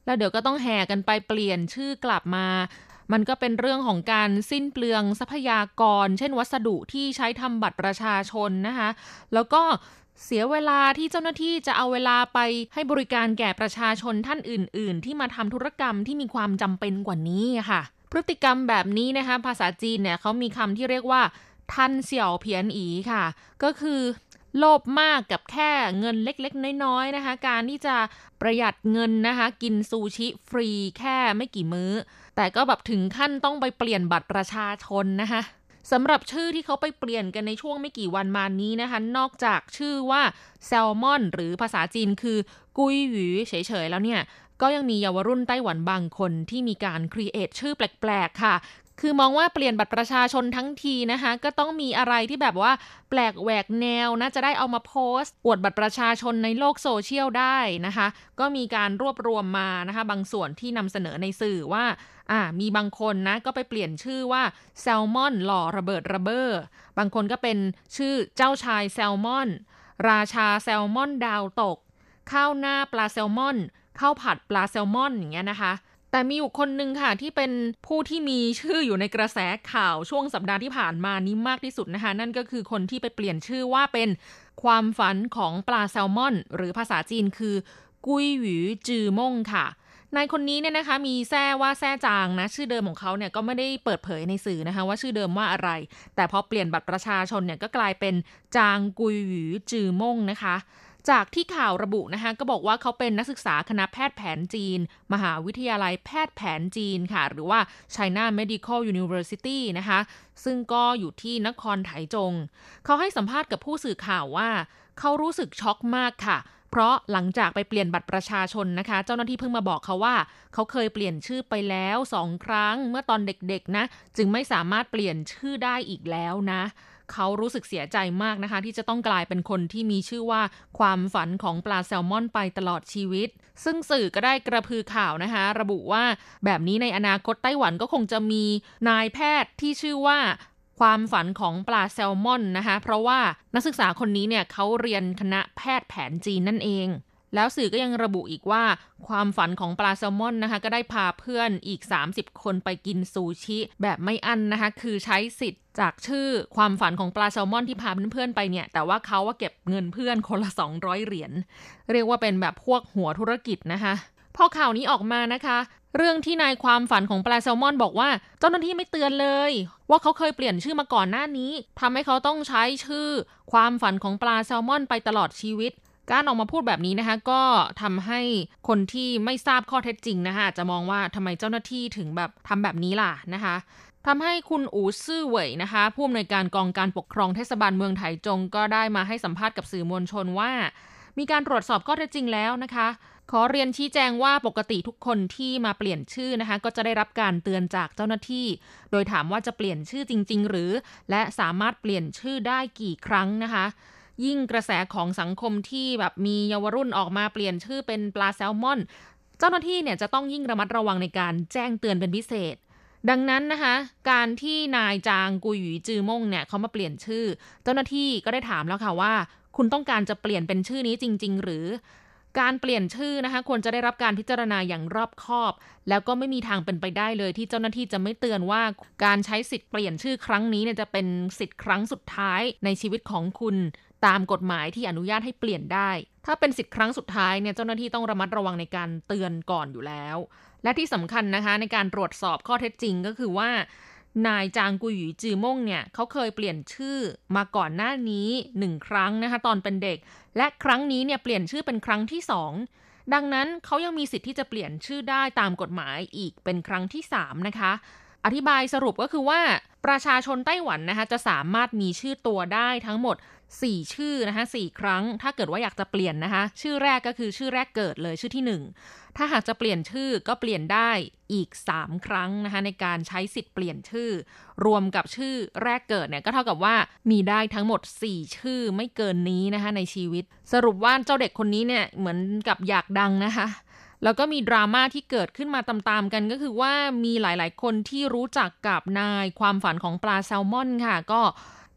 แล้วเดี๋ยวก็ต้องแห่กันไปเปลี่ยนชื่อกลับมามันก็เป็นเรื่องของการสิ้นเปลืองทรัพยากรเช่นวัสดุที่ใช้ทำบัตรประชาชนนะคะแล้วก็เสียเวลาที่เจ้าหน้าที่จะเอาเวลาไปให้บริการแก่ประชาชนท่านอื่นๆที่มาทำธุรกรรมที่มีความจำเป็นกว่านี้ค่ะพฤติกรรมแบบนี้นะคะภาษาจีนเนี่ยเขามีคำที่เรียกว่าทันเสี่ยวเพียนอีค่ะก็คือโลภมากกับแค่เงินเล็กๆน้อยๆนะคะการที่จะประหยัดเงินนะคะกินซูชิฟรีแค่ไม่กี่มื้อแต่ก็แบบถึงขั้นต้องไปเปลี่ยนบัตรประชาชนนะคะสำหรับชื่อที่เขาไปเปลี่ยนกันในช่วงไม่กี่วันมานี้นะคะนอกจากชื่อว่าแซลมอนหรือภาษาจีนคือกุยหยูเฉยๆแล้วเนี่ยก็ยังมีเยาวรุ่นไต้หวันบางคนที่มีการครีเอทชื่อแปลกๆค่ะคือมองว่าเปลี่ยนบัตรประชาชนทั้งทีนะคะก็ต้องมีอะไรที่แบบว่าแปลกแหวกแนวนะจะได้เอามาโพสต์อวดบัตรประชาชนในโลกโซเชียลได้นะคะก็มีการรวบรวมมานะคะบางส่วนที่นำเสนอในสื่อว่าอ่ามีบางคนนะก็ไปเปลี่ยนชื่อว่าแซลมอนหล่อระเบิดระเบ้อบางคนก็เป็นชื่อเจ้าชายแซลมอนราชาแซลมอนดาวตกข้าวหน้าปลาแซลมอนข้าวผัดปลาแซลมอนอย่างเงี้ยนะคะแต่มีอยู่คนนึงค่ะที่เป็นผู้ที่มีชื่ออยู่ในกระแสข่าวช่วงสัปดาห์ที่ผ่านมานี้มากที่สุดนะคะนั่นก็คือคนที่ไปเปลี่ยนชื่อว่าเป็นความฝันของปลาแซลมอนหรือภาษาจีนคือกุยหยูจือม่งค่ะนายคนนี้เนี่ยนะคะมีแซ่ว่าแซ่จางนะชื่อเดิมของเขาเนี่ยก็ไม่ได้เปิดเผยในสื่อนะคะว่าชื่อเดิมว่าอะไรแต่พอเปลี่ยนบัตรประชาชนเนี่ยก็กลายเป็นจางกุยหยูจือม่งนะคะจากที่ข่าวระบุนะคะก็บอกว่าเขาเป็นนักศึกษาคณะแพทย์แผนจีนมหาวิทยาลัยแพทย์แผนจีนค่ะหรือว่า China Medical University นะคะซึ่งก็อยู่ที่นครไถจงเขาให้สัมภาษณ์กับผู้สื่อข่าวว่าเขารู้สึกช็อกมากค่ะเพราะหลังจากไปเปลี่ยนบัตรประชาชนนะคะเจ้าหน้าที่เพิ่งมาบอกเขาว่าเขาเคยเปลี่ยนชื่อไปแล้วสองครั้งเมื่อตอนเด็กๆนะจึงไม่สามารถเปลี่ยนชื่อได้อีกแล้วนะเขารู้สึกเสียใจมากนะคะที่จะต้องกลายเป็นคนที่มีชื่อว่าความฝันของปลาแซลมอนไปตลอดชีวิตซึ่งสื่อก็ได้กระพือข่าวนะคะระบุว่าแบบนี้ในอนาคตไต้หวันก็คงจะมีนายแพทย์ที่ชื่อว่าความฝันของปลาแซลมอนนะคะเพราะว่านักศึกษาคนนี้เนี่ยเขาเรียนคณะแพทย์แผนจีนนั่นเองแล้วสื่อก็ยังระบุอีกว่าความฝันของปลาแซลมอนนะคะก็ได้พาเพื่อนอีกสามสิบคนไปกินซูชิแบบไม่อั้นนะคะคือใช้สิทธิ์จากชื่อความฝันของปลาแซลมอนที่พาเพื่อนๆไปเนี่ยแต่ว่าเขาว่าเก็บเงินเพื่อนคนละสองร้อยเหรียญเรียกว่าเป็นแบบพวกหัวธุรกิจนะคะพอข่าวนี้ออกมานะคะเรื่องที่นายความฝันของปลาแซลมอนบอกว่าเจ้าหน้าที่ไม่เตือนเลยว่าเขาเคยเปลี่ยนชื่อมาก่อนหน้านี้ทำให้เขาต้องใช้ชื่อความฝันของปลาแซลมอนไปตลอดชีวิตการออกมาพูดแบบนี้นะคะก็ทำให้คนที่ไม่ทราบข้อเท็จจริงนะคะจะมองว่าทำไมเจ้าหน้าที่ถึงแบบทำแบบนี้ล่ะนะคะทำให้คุณอู๋ซื่อเหวยนะคะผู้อำนวยการกองการปกครองเทศบาลเมืองไถจงก็ได้มาให้สัมภาษณ์กับสื่อมวลชนว่ามีการตรวจสอบข้อเท็จจริงแล้วนะคะขอเรียนชี้แจงว่าปกติทุกคนที่มาเปลี่ยนชื่อนะคะก็จะได้รับการเตือนจากเจ้าหน้าที่โดยถามว่าจะเปลี่ยนชื่อจริงๆหรือและสามารถเปลี่ยนชื่อได้กี่ครั้งนะคะยิ่งกระแสของสังคมที่แบบมีเยาวรุ่นออกมาเปลี่ยนชื่อเป็นปลาแซลมอนเจ้าหน้าที่เนี่ยจะต้องยิ่งระมัดระวังในการแจ้งเตือนเป็นพิเศษดังนั้นนะคะการที่นายจางกุยหยูจือม่งเนี่ยเขามาเปลี่ยนชื่อเจ้าหน้าที่ก็ได้ถามแล้วค่ะว่าคุณต้องการจะเปลี่ยนเป็นชื่อนี้จริงๆหรือการเปลี่ยนชื่อนะคะควรจะได้รับการพิจารณาอย่างรอบคอบแล้วก็ไม่มีทางเป็นไปได้เลยที่เจ้าหน้าที่จะไม่เตือนว่าการใช้สิทธิ์เปลี่ยนชื่อครั้งนี้เนี่ยจะเป็นสิทธิ์ครั้งสุดท้ายในชีวิตของคุณตามกฎหมายที่อนุญาตให้เปลี่ยนได้ถ้าเป็นสิทธิ์ครั้งสุดท้ายเนี่ยเจ้าหน้าที่ต้องระมัดระวังในการเตือนก่อนอยู่แล้วและที่สำคัญนะคะในการตรวจสอบข้อเท็จจริงก็คือว่านายจางกุยหยูจือม่งเนี่ยเขาเคยเปลี่ยนชื่อมาก่อนหน้านี้หนึ่งครั้งนะคะตอนเป็นเด็กและครั้งนี้เนี่ยเปลี่ยนชื่อเป็นครั้งที่สองดังนั้นเขายังมีสิทธิ์ที่จะเปลี่ยนชื่อได้ตามกฎหมายอีกเป็นครั้งที่สามนะคะอธิบายสรุปก็คือว่าประชาชนไต้หวันนะคะจะสามารถมีชื่อตัวได้ทั้งหมดสี่ชื่อนะคะสี่ครั้งถ้าเกิดว่าอยากจะเปลี่ยนนะคะชื่อแรกก็คือชื่อแรกเกิดเลยชื่อที่หนึ่งถ้าหากจะเปลี่ยนชื่อก็เปลี่ยนได้อีกสามครั้งนะคะในการใช้สิทธิ์เปลี่ยนชื่อรวมกับชื่อแรกเกิดเนี่ยก็เท่ากับว่ามีได้ทั้งหมดสี่ชื่อไม่เกินนี้นะคะในชีวิตสรุปว่าเจ้าเด็กคนนี้เนี่ยเหมือนกับอยากดังนะคะแล้วก็มีดราม่าที่เกิดขึ้นมาตามๆกันก็คือว่ามีหลายๆคนที่รู้จักกับนายความฝันของปลาแซลมอนค่ะก็เ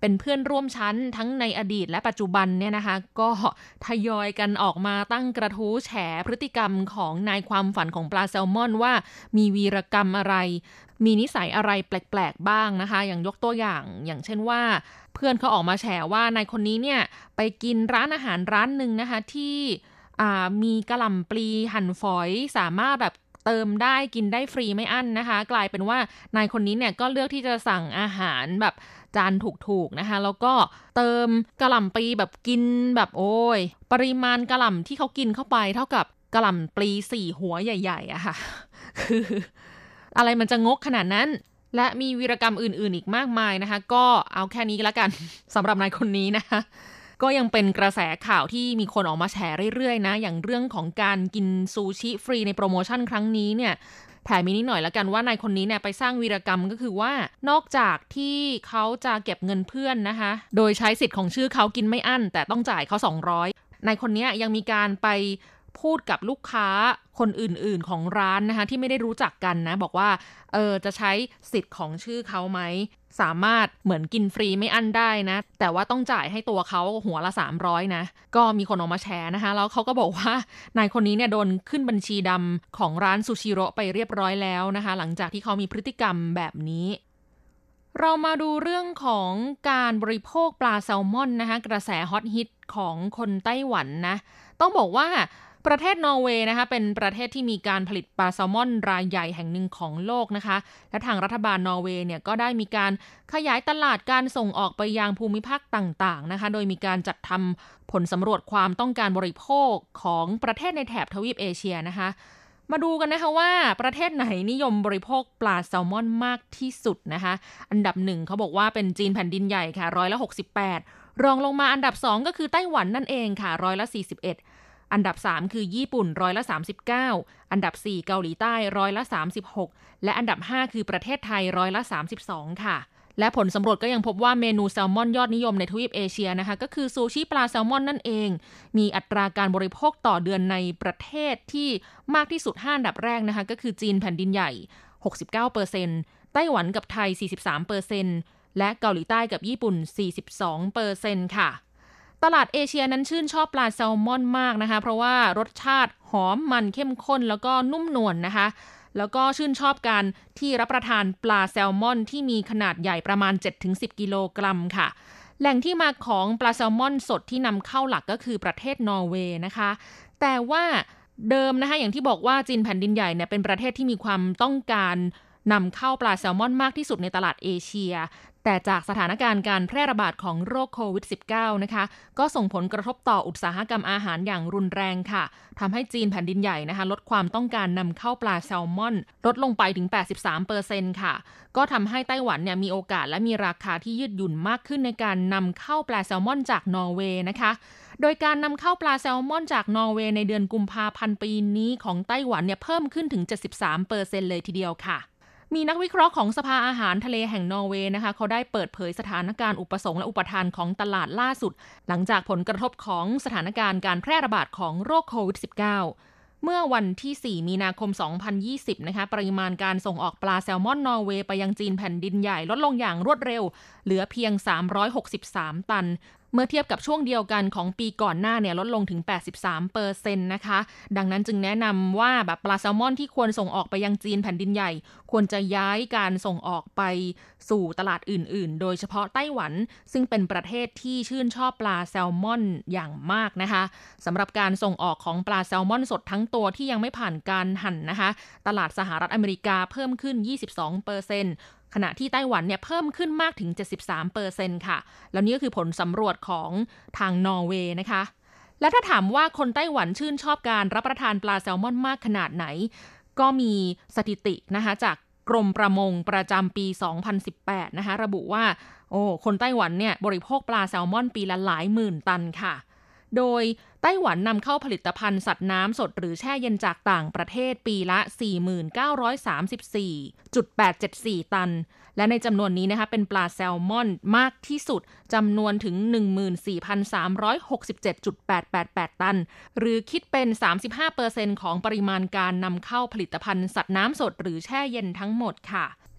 เป็นเพื่อนร่วมชั้นทั้งในอดีตและปัจจุบันเนี่ยนะคะก็ทยอยกันออกมาตั้งกระทู้แฉพฤติกรรมของนายความฝันของปลาแซลมอนว่ามีวีรกรรมอะไรมีนิสัยอะไรแปลกๆบ้างนะคะอย่างยกตัวอย่างอย่างเช่นว่าเพื่อนเขาออกมาแฉว่านายคนนี้เนี่ยไปกินร้านอาหารร้านหนึ่งนะคะที่มีกะหล่ำปลีหั่นฝอยสามารถแบบเติมได้กินได้ฟรีไม่อั้นนะคะกลายเป็นว่านายคนนี้เนี่ยก็เลือกที่จะสั่งอาหารแบบจานถูกๆนะคะแล้วก็เติมกะหล่ำปลีแบบกินแบบโอ้ยปริมาณกะหล่ำที่เขากินเข้าไปเท่ากับกะหล่ำปลีสี่หัวใหญ่ๆอะค่ะคืออะไรมันจะงกขนาดนั้นและมีวีรกรรมอื่นๆอีกมากมายนะคะก็เอาแค่นี้แล้วกัน สำหรับนายคนนี้นะคะก็ยังเป็นกระแสข่าวที่มีคนออกมาแชร์เรื่อยๆนะอย่างเรื่องของการกินซูชิฟรีในโปรโมชั่นครั้งนี้เนี่ยแถมมีนิดหน่อยแล้วกันว่านายคนนี้เนี่ยไปสร้างวีรกรรมก็คือว่านอกจากที่เขาจะเก็บเงินเพื่อนนะคะโดยใช้สิทธิ์ของชื่อเขากินไม่อั้นแต่ต้องจ่ายเขาสองร้อยนายคนนี้ยังมีการไปพูดกับลูกค้าคนอื่นๆของร้านนะคะที่ไม่ได้รู้จักกันนะบอกว่าเออจะใช้สิทธิ์ของชื่อเขาไหมสามารถเหมือนกินฟรีไม่อั้นได้นะแต่ว่าต้องจ่ายให้ตัวเขาหัวละสามร้อยนะก็มีคนออกมาแชร์นะคะแล้วเขาก็บอกว่านายคนนี้เนี่ยโดนขึ้นบัญชีดำของร้านซูชิโร่ไปเรียบร้อยแล้วนะคะหลังจากที่เขามีพฤติกรรมแบบนี้เรามาดูเรื่องของการบริโภคปลาแซลมอนนะคะกระแสฮอตฮิตของคนไต้หวันนะต้องบอกว่าประเทศนอร์เวย์นะคะเป็นประเทศที่มีการผลิตปลาแซลมอนรายใหญ่แห่งหนึ่งของโลกนะคะและทางรัฐบาลนอร์เวย์เนี่ยก็ได้มีการขยายตลาดการส่งออกไปยังภูมิภาคต่างๆนะคะโดยมีการจัดทำผลสำรวจความต้องการบริโภคของประเทศในแถบทวีปเอเชียนะคะมาดูกันนะคะว่าประเทศไหนนิยมบริโภคปลาแซลมอนมากที่สุดนะคะอันดับหนึ่งเขาบอกว่าเป็นจีนแผ่นดินใหญ่ค่ะร้อยละหกสิบแปดรองลงมาอันดับสองก็คือไต้หวันนั่นเองค่ะร้อยละสี่สิบเอ็ดอันดับสามคือญี่ปุ่นร้อยละสามสิบเก้าอันดับสี่เกาหลีใต้ร้อยละสามสิบหกและอันดับห้าคือประเทศไทยร้อยละสามสิบสองค่ะและผลสำรวจก็ยังพบว่าเมนูแซลมอนยอดนิยมในทวีปเอเชียนะคะก็คือซูชิปลาแซลมอนนั่นเองมีอัตราการบริโภคต่อเดือนในประเทศที่มากที่สุดห้าอันดับแรกนะคะก็คือจีนแผ่นดินใหญ่ หกสิบเก้าเปอร์เซ็นต์ ไต้หวันกับไทย สี่สิบสามเปอร์เซ็นต์ และเกาหลีใต้กับญี่ปุ่น สี่สิบสองเปอร์เซ็นต์ ค่ะตลาดเอเชียนั้นชื่นชอบปลาแซลมอนมากนะคะเพราะว่ารสชาติหอมมันเข้มข้นแล้วก็นุ่มนวล นะคะแล้วก็ชื่นชอบการที่รับประทานปลาแซลมอนที่มีขนาดใหญ่ประมาณ เจ็ดถึงสิบ กิโลกรัมค่ะแหล่งที่มาของปลาแซลมอนสดที่นำเข้าหลักก็คือประเทศนอร์เวย์นะคะแต่ว่าเดิมนะคะอย่างที่บอกว่าจีนแผ่นดินใหญ่เนี่ยเป็นประเทศที่มีความต้องการนำเข้าปลาแซลมอนมากที่สุดในตลาดเอเชียแต่จากสถานการณ์การแพร่ระบาดของโรคโควิด สิบเก้า นะคะก็ส่งผลกระทบต่ออุตสาหกรรมอาหารอย่างรุนแรงค่ะทำให้จีนแผ่นดินใหญ่นะคะลดความต้องการนำเข้าปลาแซลมอนลดลงไปถึง แปดสิบสามเปอร์เซ็นต์ ค่ะก็ทำให้ไต้หวันเนี่ยมีโอกาสและมีราคาที่ยืดหยุ่นมากขึ้นในการนำเข้าปลาแซลมอนจากนอร์เวย์นะคะโดยการนำเข้าปลาแซลมอนจากนอร์เวย์ในเดือนกุมภาพันธ์ปีนี้ของไต้หวันเนี่ยเพิ่มขึ้นถึง เจ็ดสิบสามเปอร์เซ็นต์ เลยทีเดียวค่ะมีนักวิเคราะห์ของสภาอาหารทะเลแห่งนอร์เวย์นะคะเขาได้เปิดเผยสถานการณ์อุปสงค์และอุปทานของตลาดล่าสุดหลังจากผลกระทบของสถานการณ์การแพร่ระบาดของโรคโควิด สิบเก้า เมื่อวันที่สี่มีนาคมสองพันยี่สิบนะคะปริมาณการส่งออกปลาแซลมอนนอร์เวย์ไปยังจีนแผ่นดินใหญ่ลดลงอย่างรวดเร็วเหลือเพียงสามร้อยหกสิบสามตันเมื่อเทียบกับช่วงเดียวกันของปีก่อนหน้าเนี่ยลดลงถึง แปดสิบสามเปอร์เซ็นต์ นะคะดังนั้นจึงแนะนำว่าแบบปลาแซลมอนที่ควรส่งออกไปยังจีนแผ่นดินใหญ่ควรจะย้ายการส่งออกไปสู่ตลาดอื่นๆโดยเฉพาะไต้หวันซึ่งเป็นประเทศที่ชื่นชอบปลาแซลมอนอย่างมากนะคะสำหรับการส่งออกของปลาแซลมอนสดทั้งตัวที่ยังไม่ผ่านการหั่นนะคะตลาดสหรัฐอเมริกาเพิ่มขึ้น ยี่สิบสองเปอร์เซ็นต์ขณะที่ไต้หวันเนี่ยเพิ่มขึ้นมากถึง เจ็ดสิบสามเปอร์เซ็นต์ ค่ะแล้วนี่ก็คือผลสำรวจของทางนอร์เวย์นะคะและถ้าถามว่าคนไต้หวันชื่นชอบการรับประทานปลาแซลมอนมากขนาดไหนก็มีสถิตินะคะจากกรมประมงประจำปีสองพันสิบแปดนะคะระบุว่าโอ้คนไต้หวันเนี่ยบริโภคปลาแซลมอนปีละหลายหมื่นตันค่ะโดยไต้หวันนำเข้าผลิตภัณฑ์สัตว์น้ำสดหรือแช่เย็นจากต่างประเทศปีละ สี่หมื่นเก้าร้อยสามสิบสี่จุดแปดเจ็ดสี่ ตันและในจำนวนนี้นะคะเป็นปลาแซลมอนมากที่สุดจำนวนถึง หนึ่งหมื่นสี่พันสามร้อยหกสิบเจ็ดจุดแปดแปดแปด ตันหรือคิดเป็น สามสิบห้าเปอร์เซ็นต์ ของปริมาณการนำเข้าผลิตภัณฑ์สัตว์น้ำสดหรือแช่เย็นทั้งหมดค่ะ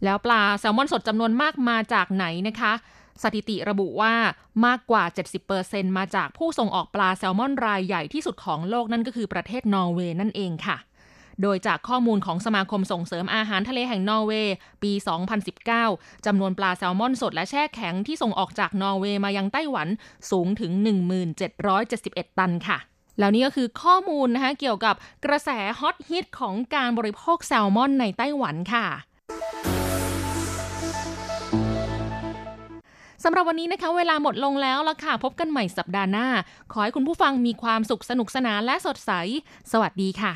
แล้วปลาแซลมอนสดจำนวนมากมาจากไหนนะคะสถิติระบุว่ามากกว่า เจ็ดสิบเปอร์เซ็นต์ มาจากผู้ส่งออกปลาแซลมอนรายใหญ่ที่สุดของโลกนั่นก็คือประเทศนอร์เวย์นั่นเองค่ะโดยจากข้อมูลของสมาคมส่งเสริมอาหารทะเลแห่งนอร์เวย์ปี สองพันสิบเก้า จำนวนปลาแซลมอนสดและแช่แข็งที่ส่งออกจากนอร์เวย์มายังไต้หวันสูงถึง หนึ่งพันเจ็ดร้อยเจ็ดสิบเอ็ด ตันค่ะแล้วนี่ก็คือข้อมูลนะคะเกี่ยวกับกระแสฮอตฮิตของการบริโภคแซลมอนในไต้หวันค่ะสำหรับวันนี้นะคะเวลาหมดลงแล้วล่ะค่ะพบกันใหม่สัปดาห์หน้าขอให้คุณผู้ฟังมีความสุขสนุกสนานและสดใสสวัสดีค่ะ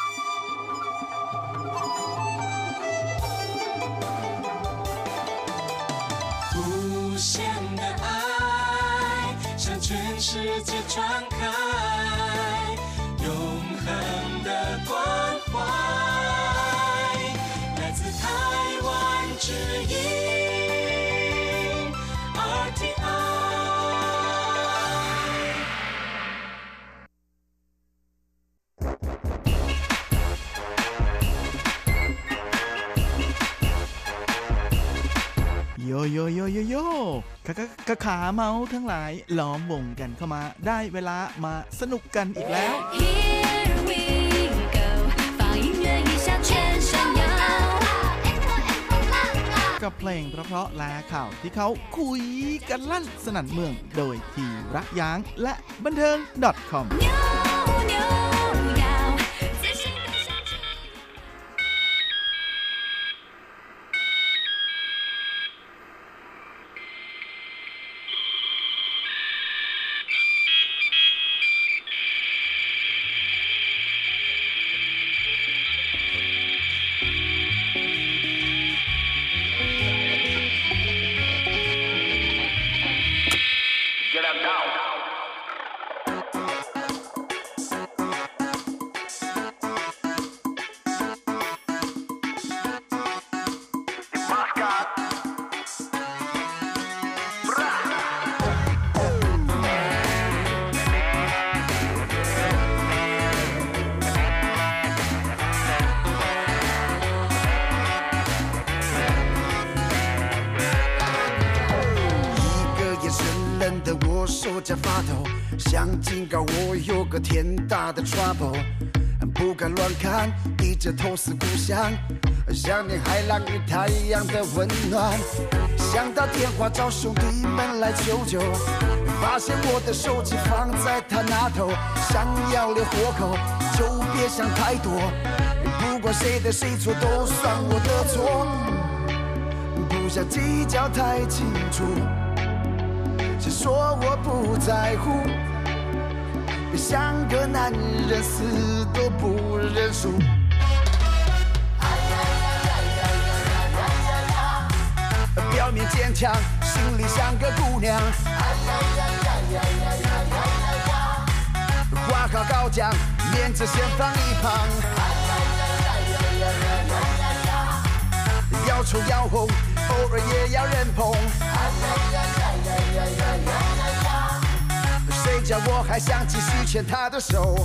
世界传开永恒的关怀来自台湾之音 อาร์ ที ไอโยโยโยโยโยขาขาขาเมาทั้งหลายล้อมวงกันเข้ามาได้เวลามาสนุกกันอีกแล้วกับเพลงเพราะๆและข่าวที่เขาคุยกันลั่นสนั่นเมืองโดยทีรักย้างและบันเทิง .com手在发抖，想警告我有个天大的 trouble， 不敢乱看，低着头思故乡，想念海浪与太阳的温暖，想打电话找兄弟们来求救，发现我的手机放在他那头，想要留活口就别想太多，不管谁对谁错都算我的错，不想计较太清楚，谁说我不在乎，别像个男人死都不认输，表面坚强心里像个姑娘，话好高讲面子先放一旁，要丑要红偶尔也要人捧，谁叫我还想继续牵他的手，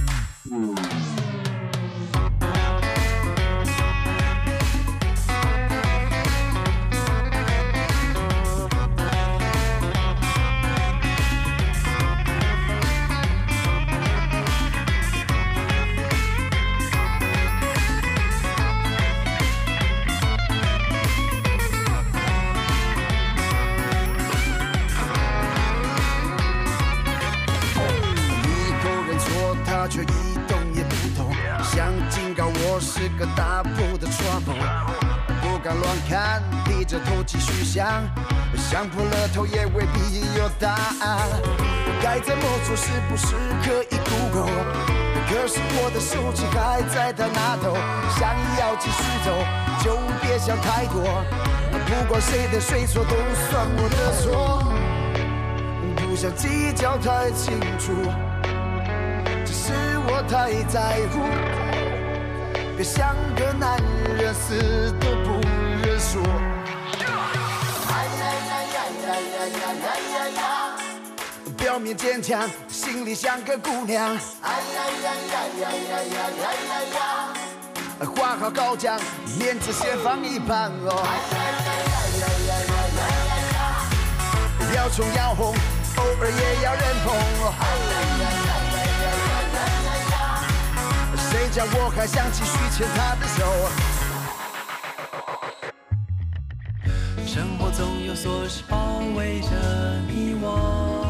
却一动也不动，想警告我是个大步的 trouble， 不敢乱看，低着头继续想，想破了头也未必有答案，该怎么做是不是可以 Google， 可是我的手机还在他那头，想要继续走就别想太多，不管谁对谁错都算我的错，不想计较太清楚，是我太在乎，别像个男人死都不认输，表面坚强心里像个姑娘， 画好高墙，面子先放一旁哦。要穷要红，偶尔也要人捧哦。谁叫我还想继续牵他的手？ 生活总有琐事包围着你我，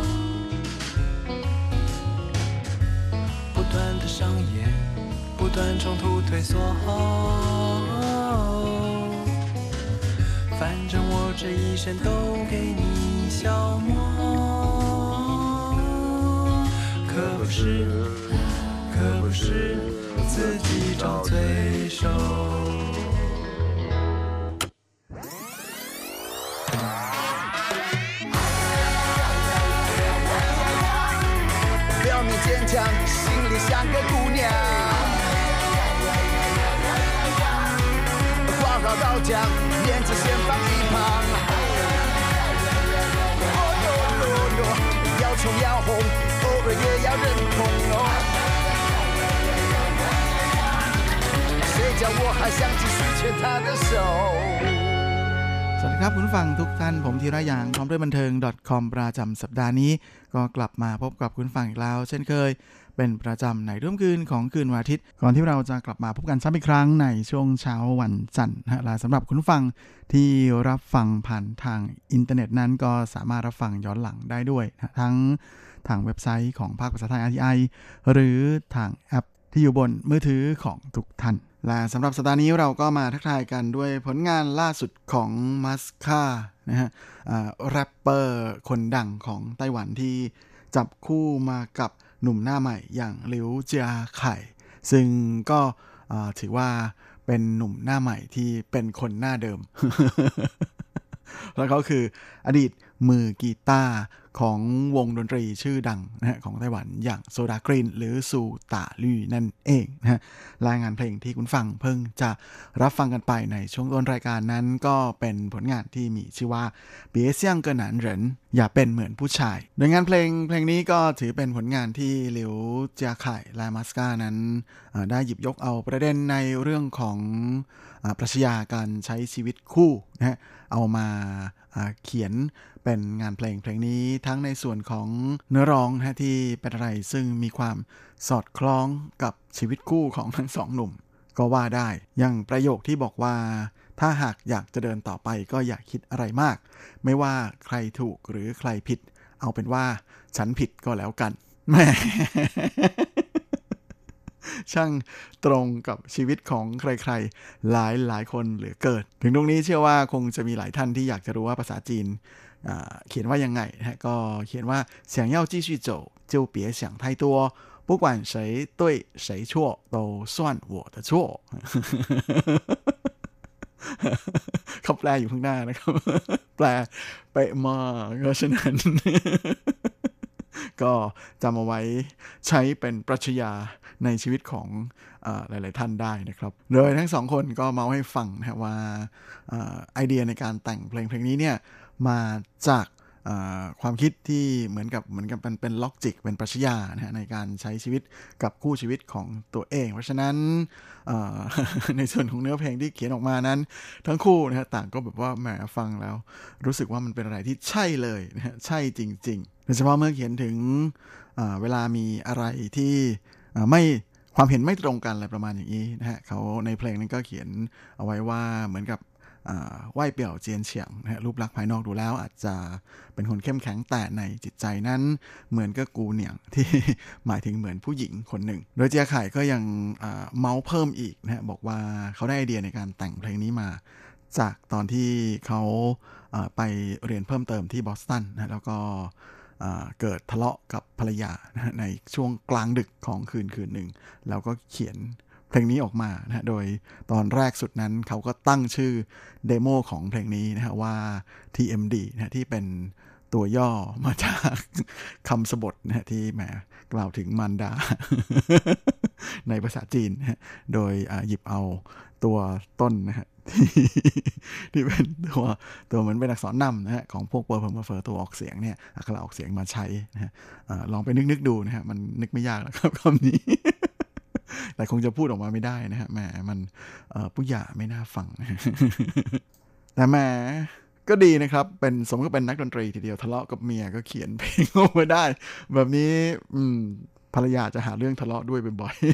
不断的上演，不断冲突退缩，反正我这一生都给你消磨，可不是，可不是自己找罪受。 表面坚强，心里像个姑娘。画好高墙，面子先放一旁。哦哟哟哟，要穷要红，偶尔也要人捧哦。谁叫我还想继续牵他的手？ สวัสดีครับคุณผู้ฟังทุกท่านผมธีระยางพร้อมด้วยบันเทิง .com ประจำสัปดาห์นี้ก็กลับมาพบกับคุณฟังอีกแล้วเช่นเคยเป็นประจำในรุ่มคืนของคืนวันอาทิตย์ก่อนที่เราจะกลับมาพบกันซ้ำอีกครั้งในช่วงเช้าวันจันทร์นะและสำหรับคุณผู้ฟังที่รับฟังผ่านทางอินเทอร์เน็ตนั้นก็สามารถรับฟังย้อนหลังได้ด้วยนะทั้งทางเว็บไซต์ของภาคภาษาไทย อาร์ ที ไอ หรือทางแอปที่อยู่บนมือถือของทุกท่านและสำหรับสัปดาห์นี้เราก็มาทักทายกันด้วยผลงานล่าสุดของมัสคานะฮะแรปเปอร์คนดังของไต้หวันที่จับคู่มากับหนุ่มหน้าใหม่อย่างหลิวเจียไข่ซึ่งก็ถือว่าเป็นหนุ่มหน้าใหม่ที่เป็นคนหน้าเดิม แล้วเขาคืออดีตมือกีตาร์ของวงดนตรีชื่อดังนะฮะของไต้หวันอย่างโซดากรีนหรือซูตาลี่นั่นเองนะฮะรายงานเพลงที่คุณฟังเพิ่งจะรับฟังกันไปในช่วงต้นรายการนั้นก็เป็นผลงานที่มีชื่อว่าเปี๋ยเซี่ยงเกอหนานเหรินอย่าเป็นเหมือนผู้ชายโดยงานเพลงเพลงนี้ก็ถือเป็นผลงานที่หลิวเจียไข่และมัสกานั้นได้หยิบยกเอาประเด็นในเรื่องของปรัชญาการใช้ชีวิตคู่นะฮะเอามาเขียนเป็นงานเพลงเพลงนี้ทั้งในส่วนของเนื้อร้องนะที่เป็นอะไรซึ่งมีความสอดคล้องกับชีวิตคู่ของทั้งสองหนุ่มก็ว่าได้อย่างประโยคที่บอกว่าถ้าหากอยากจะเดินต่อไปก็อย่าคิดอะไรมากไม่ว่าใครถูกหรือใครผิดเอาเป็นว่าฉันผิดก็แล้วกันแม่ ช่างตรงกับชีวิตของใครๆหลายหลายคนเหลือเกินถึงตรงนี้เชื่อว่าคงจะมีหลายท่านที่อยากจะรู้ว่าภาษาจีนเขียนว่ายังไงนะก็เขียนว่า想要继续走就别想太多不管谁对谁错都算我的错เขาแปลอยู่ข้างหน้านะครับแปลไปมาก็ฉะนั้น ก็จำเอาไว้ใช้เป็นปรัชญาในชีวิตของเอ่อหลายๆท่านได้นะครับโดยทั้งสองคนก็เมาให้ฟังนะว่าเอ่อไอเดียในการแต่งเพลงเพลงนี้เนี่ยมาจากความคิดที่เหมือนกับเหมือนกับเป็นเป็นล็อกจิกเป็นปรัชญานะฮะในการใช้ชีวิตกับคู่ชีวิตของตัวเองเพราะฉะนั้น ในส่วนของเนื้อเพลงที่เขียนออกมานั้นทั้งคู่นะฮะต่างก็แบบว่าแหมฟังแล้วรู้สึกว่ามันเป็นอะไรที่ใช่เลยนะฮะใช่จริงๆโดยเฉพาะเมื่อเขียนถึงเวลามีอะไรที่ไม่ความเห็นไม่ตรงกันอะไรประมาณอย่างนี้นะฮะเขาในเพลงนั้นก็เขียนเอาไว้ว่าเหมือนกับไหว้เปี่ยวเจียนเฉียงนะฮะรูปลักษณ์ภายนอกดูแล้วอาจจะเป็นคนเข้มแข็งแต่ในจิตใจนั้นเหมือนกับกูเหนียงที่หมายถึงเหมือนผู้หญิงคนหนึ่งโดยเจียไข่ก็ยังเมาส์เพิ่มอีกนะฮะบอกว่าเขาได้ไอเดียในการแต่งเพลงนี้มาจากตอนที่เขาไปเรียนเพิ่มเติมที่บอสตันนะแล้วก็เกิดทะเลาะกับภรรยานะในช่วงกลางดึกของคืนคืนหนึ่งแล้วก็เขียนเพลงนี้ออกมานะโดยตอนแรกสุดนั้นเขาก็ตั้งชื่อเดโมของเพลงนี้นะฮะว่า ที เอ็ม ดี นะที่เป็นตัวย่อมาจากคำสบทนะที่แหมกล่าวถึงมารดา ในภาษาจีนนะโดยหยิบเอาตัวต้นนะฮะ ที่ที่เป็นตัวตัวเหมือนเป็นอักษรนำนะฮะของพวกเปอร์เพอร์เฟอร์ตัวออกเสียงเนี่ยอักขระออกเสียงมาใช้นะฮะลองไปนึกๆดูนะฮะมันนึกไม่ยากหรอกครับคำนี้แต่คงจะพูดออกมาไม่ได้นะฮะแหมมันผู้หย่าไม่น่าฟังแต่แหมก็ดีนะครับเป็นสมกับเป็นนักดนตรีทีเดียวทะเลาะกับเมียก็เขียนเพลงออกมาได้แบบนี้ภรรยาจะหาเรื่องทะเลาะด้วยบ่อยๆ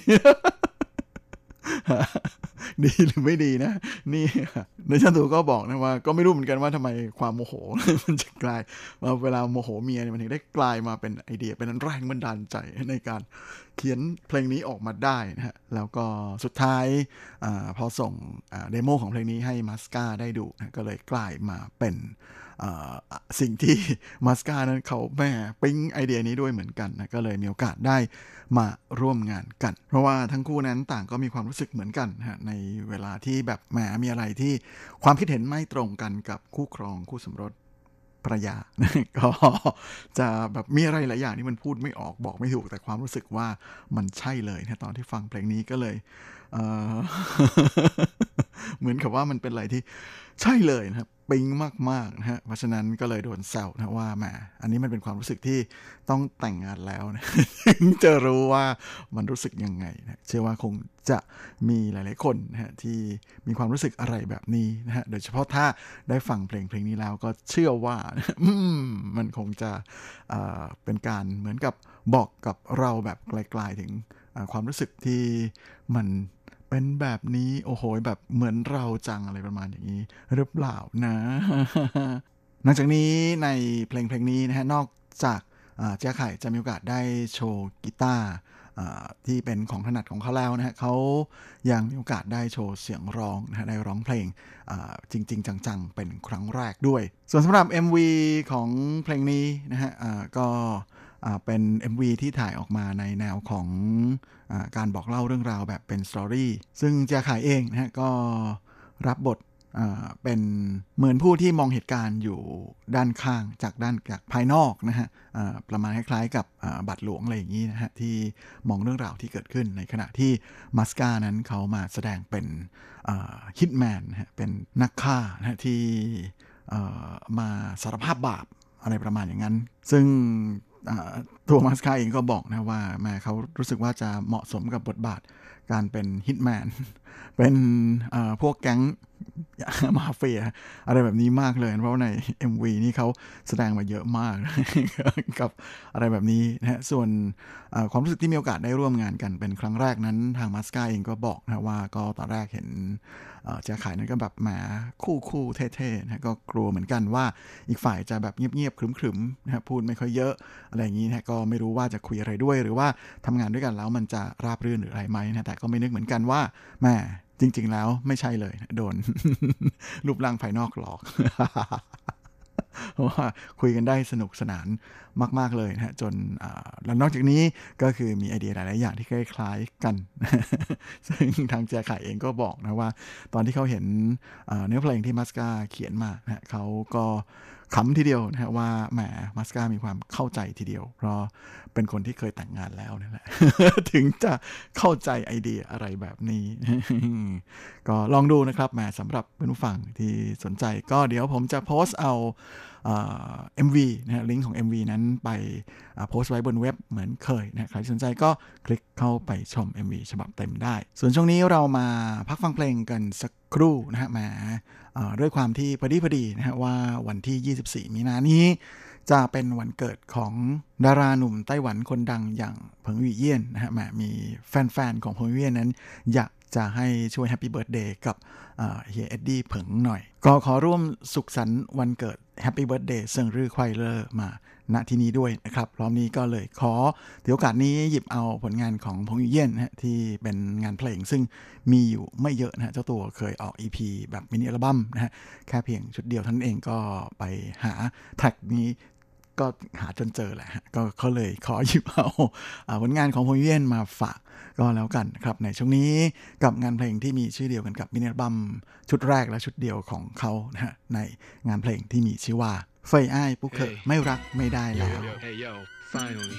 ดีหรือไม่ดีนะนี่ในชั้นตูก็บอกนะว่าก็ไม่รู้เหมือนกันว่าทำไมความโมโหมันจะกลายว่าเวลาโมโหเมียเนี่ยมันถึงได้กลายมาเป็นไอเดียเป็นแรงบันดาลใจในการเขียนเพลงนี้ออกมาได้นะฮะแล้วก็สุดท้ายอพอส่งเดโมของเพลงนี้ให้มัสกาได้ดูนะก็เลยกลายมาเป็นสิ่งที่มัสกานั้นเขาแม่ปิ๊งไอเดียนี้ด้วยเหมือนกันนะก็เลยมีโอกาสได้มาร่วมงานกันเพราะว่าทั้งคู่นั้นต่างก็มีความรู้สึกเหมือนกันฮะในเวลาที่แบบแหมมีอะไรที่ความคิดเห็นไม่ตรงกันกับคู่ครองคู่สมรสภรรยาก็จะแบบมีอะไรหลายอย่างที่มันพูดไม่ออกบอกไม่ถูกแต่ความรู้สึกว่ามันใช่เลยนะตอนที่ฟังเพลงนี้ก็เลยเอ่อ เหมือนกับว่ามันเป็นอะไรที่ใช่เลยนะครับปิ๊งมากๆนะฮะเพราะฉะนั้นก็เลยโดนแซวนะว่าแหมอันนี้มันเป็นความรู้สึกที่ต้องแต่งงานแล้วนะถึงจะรู้ว่ามันรู้สึกยังไงนะเชื่อว่าคงจะมีหลายๆคนนะฮะที่มีความรู้สึกอะไรแบบนี้นะฮะโดยเฉพาะถ้าได้ฟังเพลงเพลงนี้แล้วก็เชื่อว่ามันคงจะเอ่อเป็นการเหมือนกับบอกกับเราแบบไกลๆถึงความรู้สึกที่มันเป็นแบบนี้โอ้โหแบบเหมือนเราจังอะไรประมาณอย่างนี้หรือเปล่านะนอกจากนี้ในเพลงเพลงนี้นะฮะนอกจากเจ้าไข่จะมีโอกาสได้โชว์กีตาร์ที่เป็นของถนัดของเขาแล้วนะฮะเขายังมีโอกาสได้โชว์เสียงร้องนะฮะได้ร้องเพลงจริงๆจังๆเป็นครั้งแรกด้วยส่วนสำหรับ เอ็ม วี ของเพลงนี้นะฮะก็เป็น เอ็ม วี ที่ถ่ายออกมาในแนวของอาการบอกเล่าเรื่องราวแบบเป็นสตอรี่ซึ่งเจียไข่เองนะฮะก็รับบทเป็นเหมือนผู้ที่มองเหตุการณ์อยู่ด้านข้างจากด้านจากภายนอกนะฮะประมาณคล้ายๆกับบัตรหลวงอะไรอย่างนี้นะฮะที่มองเรื่องราวที่เกิดขึ้นในขณะที่มัสกานั้นเขามาแสดงเป็นฮิตแมนนะฮะเป็นนักฆ่านะฮะที่มาสารภาพบาปอะไรประมาณอย่างนั้นซึ่งตัวมัสกาเองก็บอกนะว่าแม่เขารู้สึกว่าจะเหมาะสมกับบทบาทการเป็นฮิตแมนเป็นพวกแก๊งมาเฟียอะไรแบบนี้มากเลยเพราะใน เอ็ม วี นี่เขาแสดงมาเยอะมาก กับอะไรแบบนี้นะฮะส่วนความรู้สึกที่มีโอกาสได้ร่วมงานกันเป็นครั้งแรกนั้นทางมัสกาเองก็บอกนะว่าก็ตอนแรกเห็นเจ้าไข่นั้นก็แบบแหมคู่คู่เท่ๆนะก็กลัวเหมือนกันว่าอีกฝ่ายจะแบบเงียบๆขรึมๆนะพูดไม่ค่อยเยอะอะไรอย่างนี้นะก็ไม่รู้ว่าจะคุยอะไรด้วยหรือว่าทำงานด้วยกันแล้วมันจะราบรื่นหรืออะไรไหมนะแต่ก็ไม่นึกเหมือนกันว่าแหมจริงๆแล้วไม่ใช่เลยโดน รูปร่างภายนอกหลอก เพราะว่าคุยกันได้สนุกสนานมากๆเลยนะฮะจนแล้วนอกจากนี้ก็คือมีไอเดียหลายๆอย่างที่คล้ายๆกัน ซึ่งทางเจียไข่เองก็บอกนะว่าตอนที่เขาเห็นเนื้อเพลงที่มัสกาเขียนมานะเขาก็ขำทีเดียวนะฮะว่าแหมมัสกามีความเข้าใจทีเดียวเพราะเป็นคนที่เคยแต่งงานแล้วนั่นแหละ ถึงจะเข้าใจไอเดียอะไรแบบนี้ ก็ลองดูนะครับแหมสำหรับผู้ฟังที่สนใจก็เดี๋ยวผมจะโพสต์เอาเอ็ม วี นะฮะลิงก์ของ เอ็ม วี นั้นไปโพสต์ไว้บนเว็บเหมือนเคยนะใครสนใจก็คลิกเข้าไปชม เอ็ม วี ฉบับเต็มได้ส่วนช่วงนี้เรามาพักฟังเพลงกันสักครู่นะฮะแหมด้วยความที่พอดีพอดีนะฮะว่าวันที่ยี่สิบสี่มีนานี้จะเป็นวันเกิดของดาราหนุ่มไต้หวันคนดังอย่างเผิงหวี่เอี้ยนนะฮะแหมมีแฟนๆของเผิงหวี่เอี้ยนนั้นอยากจะให้ช่วยแฮปปี้เบิร์ธเดย์กับเฮียเอ็ดดี้เผิงหน่อยก็ขอร่วมสุขสันต์วันเกิดแฮปปี้เบิร์ธเดย์เซิงรื่อไขว้เลอมาณที่นี้ด้วยนะครับพร้อมนี้ก็เลยขอถือโอกาสนี้หยิบเอาผลงานของเผิงหวี่เอี้ยนนะฮะที่เป็นงานเพลงซึ่งมีอยู่ไม่เยอะนะฮะเจ้าตัวเคยออก อี พี แบบมินิอัลบั้มนะฮะแค่เพียงชุดเดียวเท่านั้นเองก็ไปหาแทร็กนี้ก็หาจนเจอแหละก็เขาเลยขอหยิบเอาผลงานของเผิงหวี่เอี้ยนมาฝากก็แล้วกันครับในช่วงนี้กับงานเพลงที่มีชื่อเดียวกันกับมินิอัลบั้มชุดแรกและชุดเดียวของเขานะฮะในงานเพลงที่มีชื่อว่าเฟยอ้ายปุ๊กเขยไม่รักไม่ได้แล้ว Hey yo finally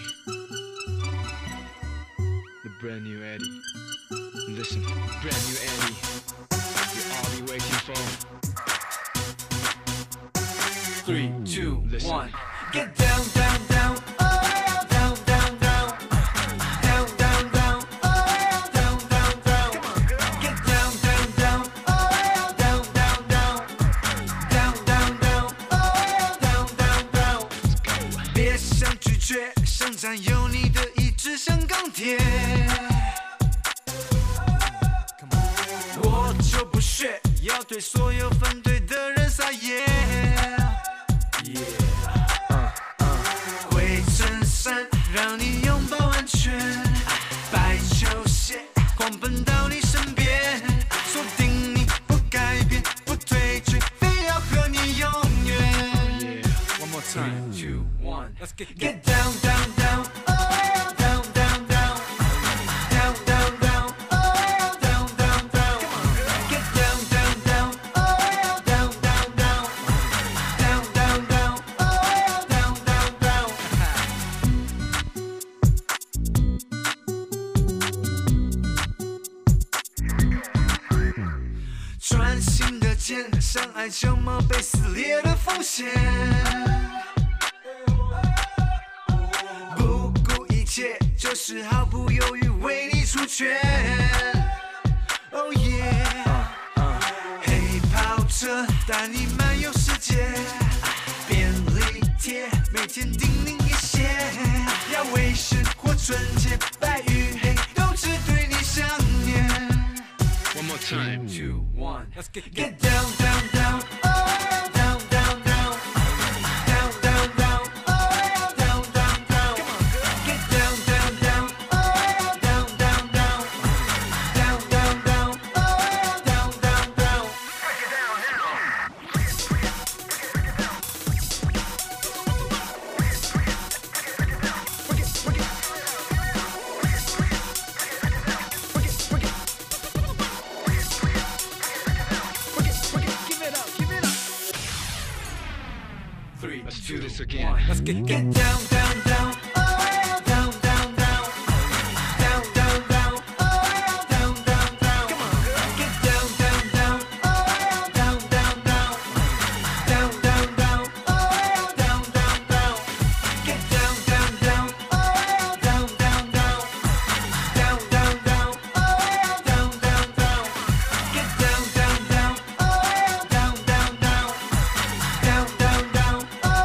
the brand new Eddie listen brand new Eddie you all be waiting for three two one get down down down down down down down down down 战有你的意志像钢铁，我就不屑要对所有反对的人撒野。灰衬衫让你拥抱安全，白球鞋狂奔到你身边，说定你不改变不退却，非要和你永远。One more time, two, one, let's get get down, down, down, oh, down, down, down, down, down, down, oh, down, down, down, get down, down, down, oh, down, down, down, down, down, down, oh, down, down, down.专心的剑，像爱情猫被撕裂的风险，不顾一切，就是毫不犹豫为你出拳。Oh yeah， 黑跑车带你漫游世界，便利贴每天叮咛一些，要卫生或纯洁，白与黑都只对你想念。One more time, two, one, let's get get down, down, down, oh, down, down, down, down, down, down, oh, down, down, down, get down, down, down, oh, down, down, down, down, down, down, oh, down, down, down. Break it down now. Break it, break it. Let's do this again. Let's get get down, down, down, oh, down, down, down, down, down, down, oh, down, down, down. Come on, get down, down, down, oh, down, down, down, down, down, down, oh, down, down, down. Get down, down, down, oh, down, down, down, down, down, down, oh, down, down, down. Get down, down, down, oh, down, down, down, down, down, down.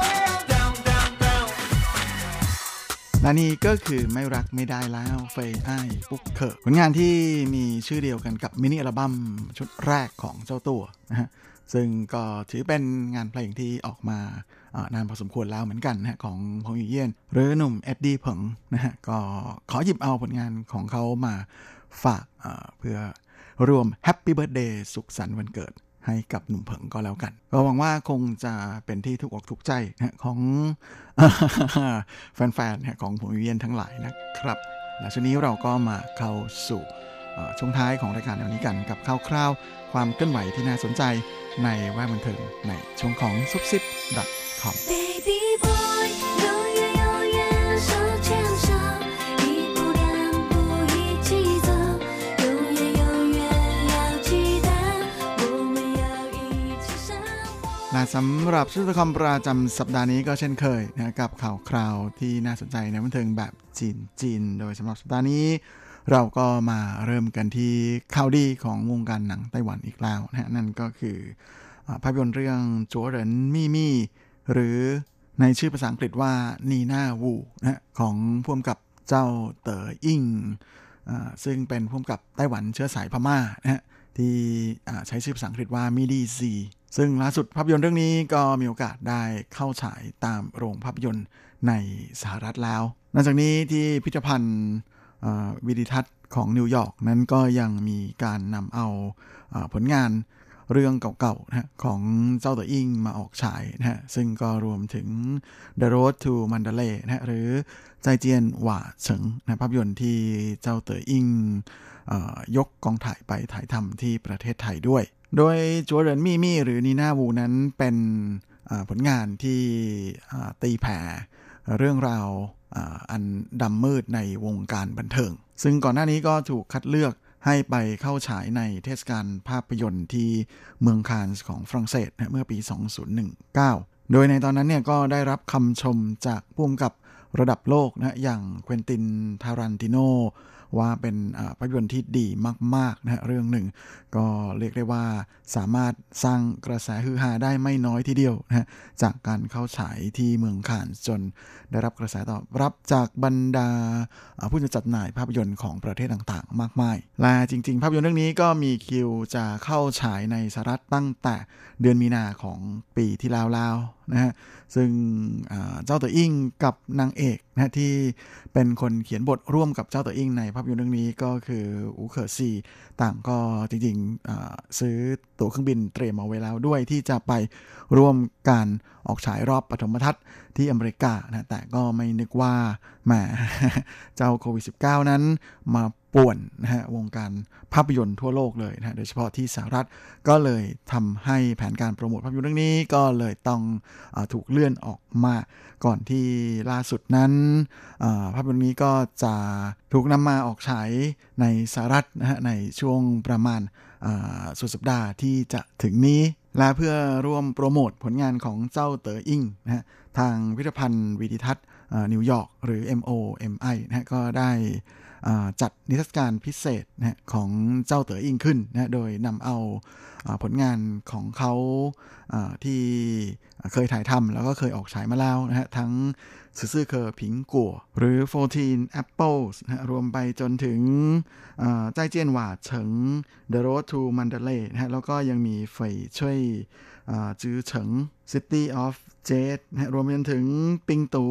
และนี่ก็คือไม่รักไม่ได้แล้วเฟยอ้ายปุ๊กเขอผลงานที่มีชื่อเดียวกันกับมินิอัลบั้มชุดแรกของเจ้าตัวนะฮะซึ่งก็ถือเป็นงานเพลงที่ออกมานานพอสมควรแล้วเหมือนกันนะฮะของพงษ์อยู่เยี่ยนหรือหนุ่มเอ็ดดี้เผิงนะฮะก็ขอหยิบเอาผลงานของเขามาฝากเพื่อรวมแฮปปี้เบิร์ธเดย์สุขสันต์วันเกิดให้กับหนุ่มเผิงก็แล้วกันก็หวังว่าคงจะเป็นที่ถูกอกถูกใจนะของแฟนๆของผมเวียนทั้งหลายนะครับและช่วงนี้เราก็มาเข้าสู่ช่วงท้ายของรายการในวันนี้กันกับคร่าวๆความเคลื่อนไหวที่น่าสนใจในแวดบันเทิงในช่วงของซุปซิป .comและสำหรับชุดคอมประจำสัปดาห์นี้ก็เช่นเคยนะกับข่าวคราวที่น่าสนใจในบันเทิงแบบจีนๆโดยสำหรับสัปดาห์นี้เราก็มาเริ่มกันที่ข่าวดีของวงการหนังไต้หวันอีกแล้วนะนั่นก็คือภาพยนตร์เรื่องจั๋วเหรินมี่มี่หรือในชื่อภาษาอังกฤษว่านีน่าวูนะของผู้กำกับเจ้าเต๋ออิงซึ่งเป็นผู้กำกับไต้หวันเชื้อสายพม่านะที่ใช้ชื่อภาษาอังกฤษว่ามิดีซีซึ่งล่าสุดภาพยนตร์เรื่องนี้ก็มีโอกาสได้เข้าฉายตามโรงภาพยนตร์ในสหรัฐแล้วนอกจากนี้ที่พิพิธภัณฑ์วิดิทัศน์ของนิวยอร์กนั้นก็ยังมีการนำเอาผลงานเรื่องเก่าๆนะของเจ้าเต๋ออิงมาออกฉายนะฮะซึ่งก็รวมถึง The Road to Mandalay นะหรือใจเจียนหว่าเฉิงนะภาพยนตร์ที่เจ้าเต๋ออิงยกกองถ่ายไปถ่ายทำที่ประเทศไทยด้วยโดยจั๋วเหรินมี่มี่หรือนีน่าวูนั้นเป็นผลงานที่ตีแผ่เรื่องราวอันดำมืดในวงการบันเทิงซึ่งก่อนหน้านี้ก็ถูกคัดเลือกให้ไปเข้าฉายในเทศกาลภาพยนตร์ที่เมืองคานส์ของฝรั่งเศสเมื่อปีสองพันสิบเก้าโดยในตอนนั้นเนี่ยก็ได้รับคำชมจากผู้กำกับระดับโลกนะอย่างเควินตินทารันติโนว่าเป็นภาพยนตร์ที่ดีมากๆนะฮะเรื่องหนึ่งก็เรียกได้ว่าสามารถสร้างกระแสฮือฮาได้ไม่น้อยทีเดียวนะฮะจากการเข้าฉายที่เมืองคานส์จนได้รับกระแสตอบรับจากบรรดาผู้จัดจำหน่ายภาพยนตร์ของประเทศต่างๆมากมายและจริงๆภาพยนตร์เรื่องนี้ก็มีคิวจะเข้าฉายในสหรัฐตั้งแต่เดือนมีนาของปีที่แล้วๆนะฮะซึ่งเจ้าเต๋ออิงกับนางเอกนะที่เป็นคนเขียนบทร่วมกับเจ้าเต๋ออิงในภาพยนตร์เรื่องนี้ก็คืออู๋เขอซีต่างก็จริงๆซื้อตั๋วเครื่องบินเตรียมเอาไว้แล้วด้วยที่จะไปร่วมการออกฉายรอบปฐมทัศน์ที่อเมริกานะแต่ก็ไม่นึกว่าแหมเจ้าโควิด สิบเก้า นั้นมาป่วนนะฮะวงการภาพยนตร์ทั่วโลกเลยนะโดยเฉพาะที่สหรัฐก็เลยทำให้แผนการโปรโมทภาพยนตร์เรื่องนี้ก็เลยต้องอ่าถูกเลื่อนออกมาก่อนที่ล่าสุดนั้นภาพยนตร์นี้ก็จะถูกนำมาออกฉายในสหรัฐนะฮะในช่วงประมาณสุดสัปดาห์ที่จะถึงนี้และเพื่อร่วมโปรโมทผลงานของเจ้าเต๋ออิงนะฮะทางพิพิธภัณฑ์วิดิทัศน์นิวยอร์กหรือ เอ็ม โอ เอ็ม ไอ นะฮะก็ได้จัดนิทรรศการพิเศษนะของเจ้าเต๋ออิงขึ้นนะโดยนำเอาผลงานของเขาที่เคยถ่ายทำแล้วก็เคยออกฉายมาแล้วนะฮะทั้งซื่อๆเคอผิงกัวหรือสิบสี่ Apples นะรวมไปจนถึงใจเจียนหว่าเฉิง The Road to Mandalay นะฮะแล้วก็ยังมีเฟยช่วยจื้อเฉิง City of Jade นะรวมไปจนถึงปิงตู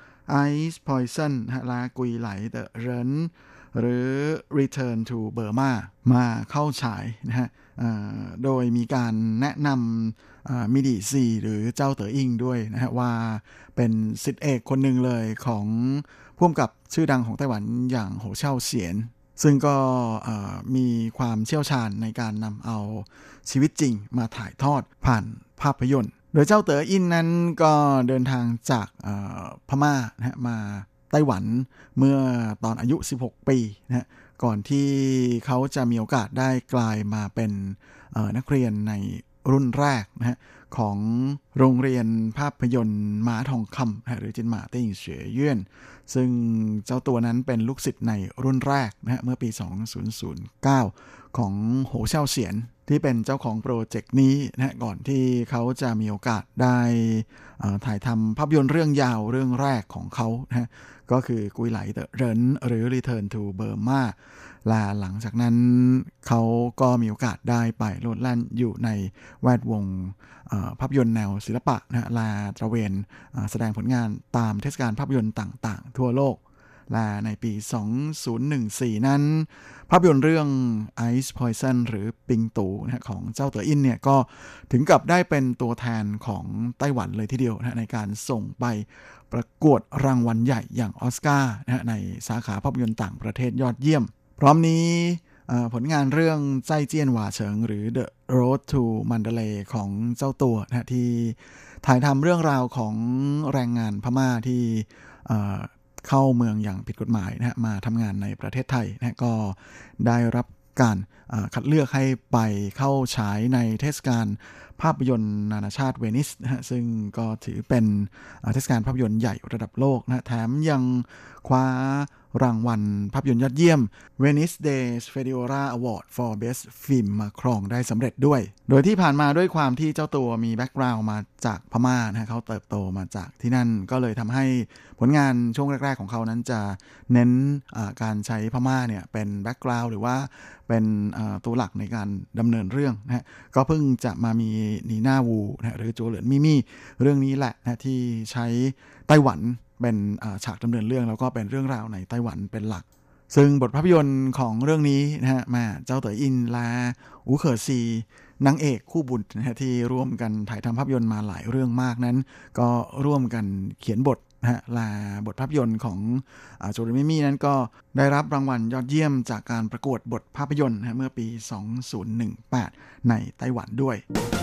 Ice Poison นะลากุยไหลเดอะเรินหรือ Return to Burma มาเข้าฉายนะฮะโดยมีการแนะนำมิดิซีหรือเจ้าเต๋ออิงด้วยนะฮะว่าเป็นศิษย์เอกคนหนึ่งเลยของผู้กำกับชื่อดังของไต้หวันอย่างโหเช่าเสียนซึ่งก็มีความเชี่ยวชาญในการนำเอาชีวิตจริงมาถ่ายทอดผ่านภาพยนตร์โดยเจ้าเต๋ออินนั้นก็เดินทางจากพม่านะฮะมาไต้หวันเมื่อตอนอายุสิบหกปีนะฮะก่อนที่เขาจะมีโอกาสได้กลายมาเป็นนักเรียนในรุ่นแรกนะฮะของโรงเรียนภาพยนตร์ม้าทองคำนะหรือจินหม่าเต้ยเฉยเยื่อนซึ่งเจ้าตัวนั้นเป็นลูกศิษย์ในรุ่นแรกนะฮะเมื่อปีสองพันเก้าของโหเช่าเสียนที่เป็นเจ้าของโปรเจกต์นี้นะก่อนที่เขาจะมีโอกาสได้ถ่ายทำภาพยนตร์เรื่องยาวเรื่องแรกของเขานะก็คือกุยไหลเต๋อเรินหรือ Return to Burma และหลังจากนั้นเขาก็มีโอกาสได้ไปโลดแล่นอยู่ในแวดวงภาพยนตร์แนวศิลปะนะและตระเวนแสดงผลงานตามเทศกาลภาพยนตร์ต่างๆทั่วโลกและในปีสองพันสิบสี่นั้นภาพยนตร์เรื่อง Ice Poison หรือปิงตูนะของเจ้าเต๋ออินเนี่ยก็ถึงกับได้เป็นตัวแทนของไต้หวันเลยทีเดียวนะในการส่งไปประกวดรางวัลใหญ่อย่างออสการ์นะในสาขาภาพยนตร์ต่างประเทศยอดเยี่ยมพร้อมนี้ผลงานเรื่องใจเจียนหว่าเฉิงหรือ The Road to Mandalay ของเจ้าตัวนะที่ถ่ายทำเรื่องราวของแรงงานพม่าที่เข้าเมืองอย่างผิดกฎหมายนะมาทำงานในประเทศไทยนะก็ได้รับการคัดเลือกให้ไปเข้าฉายในเทศกาลภาพยนตร์นานาชาติเวนิสนะฮะซึ่งก็ถือเป็นเทศกาลภาพยนตร์ใหญ่ระดับโลกนะแถมยังคว้ารางวัลภาพยนตร์ยอดเยี่ยม Venice Days Fedora Award for Best Film มาครองได้สำเร็จด้วยโดยที่ผ่านมาด้วยความที่เจ้าตัวมีแบ็กกราวด์มาจากพม่านะเขาเติบโตมาจากที่นั่นก็เลยทำให้ผลงานช่วงแรกๆของเขานั้นจะเน้นการใช้พม่าเนี่ยเป็นแบ็กกราวด์หรือว่าเป็นตัวหลักในการดำเนินเรื่องนะก็เพิ่งจะมามีนีน่าวูนะหรือโจเหลินมิมี่เรื่องนี้แหละนะที่ใช้ไต้หวันเป็นฉากดำเนินเรื่องแล้วก็เป็นเรื่องราวในไต้หวันเป็นหลักซึ่งบทภาพยนตร์ของเรื่องนี้นะฮะมาเจ้าเต๋ออินและอู๋เขอซีนางเอกคู่บุญนะฮะที่ร่วมกันถ่ายทำภาพยนตร์มาหลายเรื่องมากนั้นก็ร่วมกันเขียนบทนะฮะและบทภาพยนตร์ของโจเหลินมิมี่นั้นก็ได้รับรางวัลยอดเยี่ยมจากการประกวดบทภาพยนตร์นะเมื่อปีสองพันสิบแปดในไต้หวันด้วย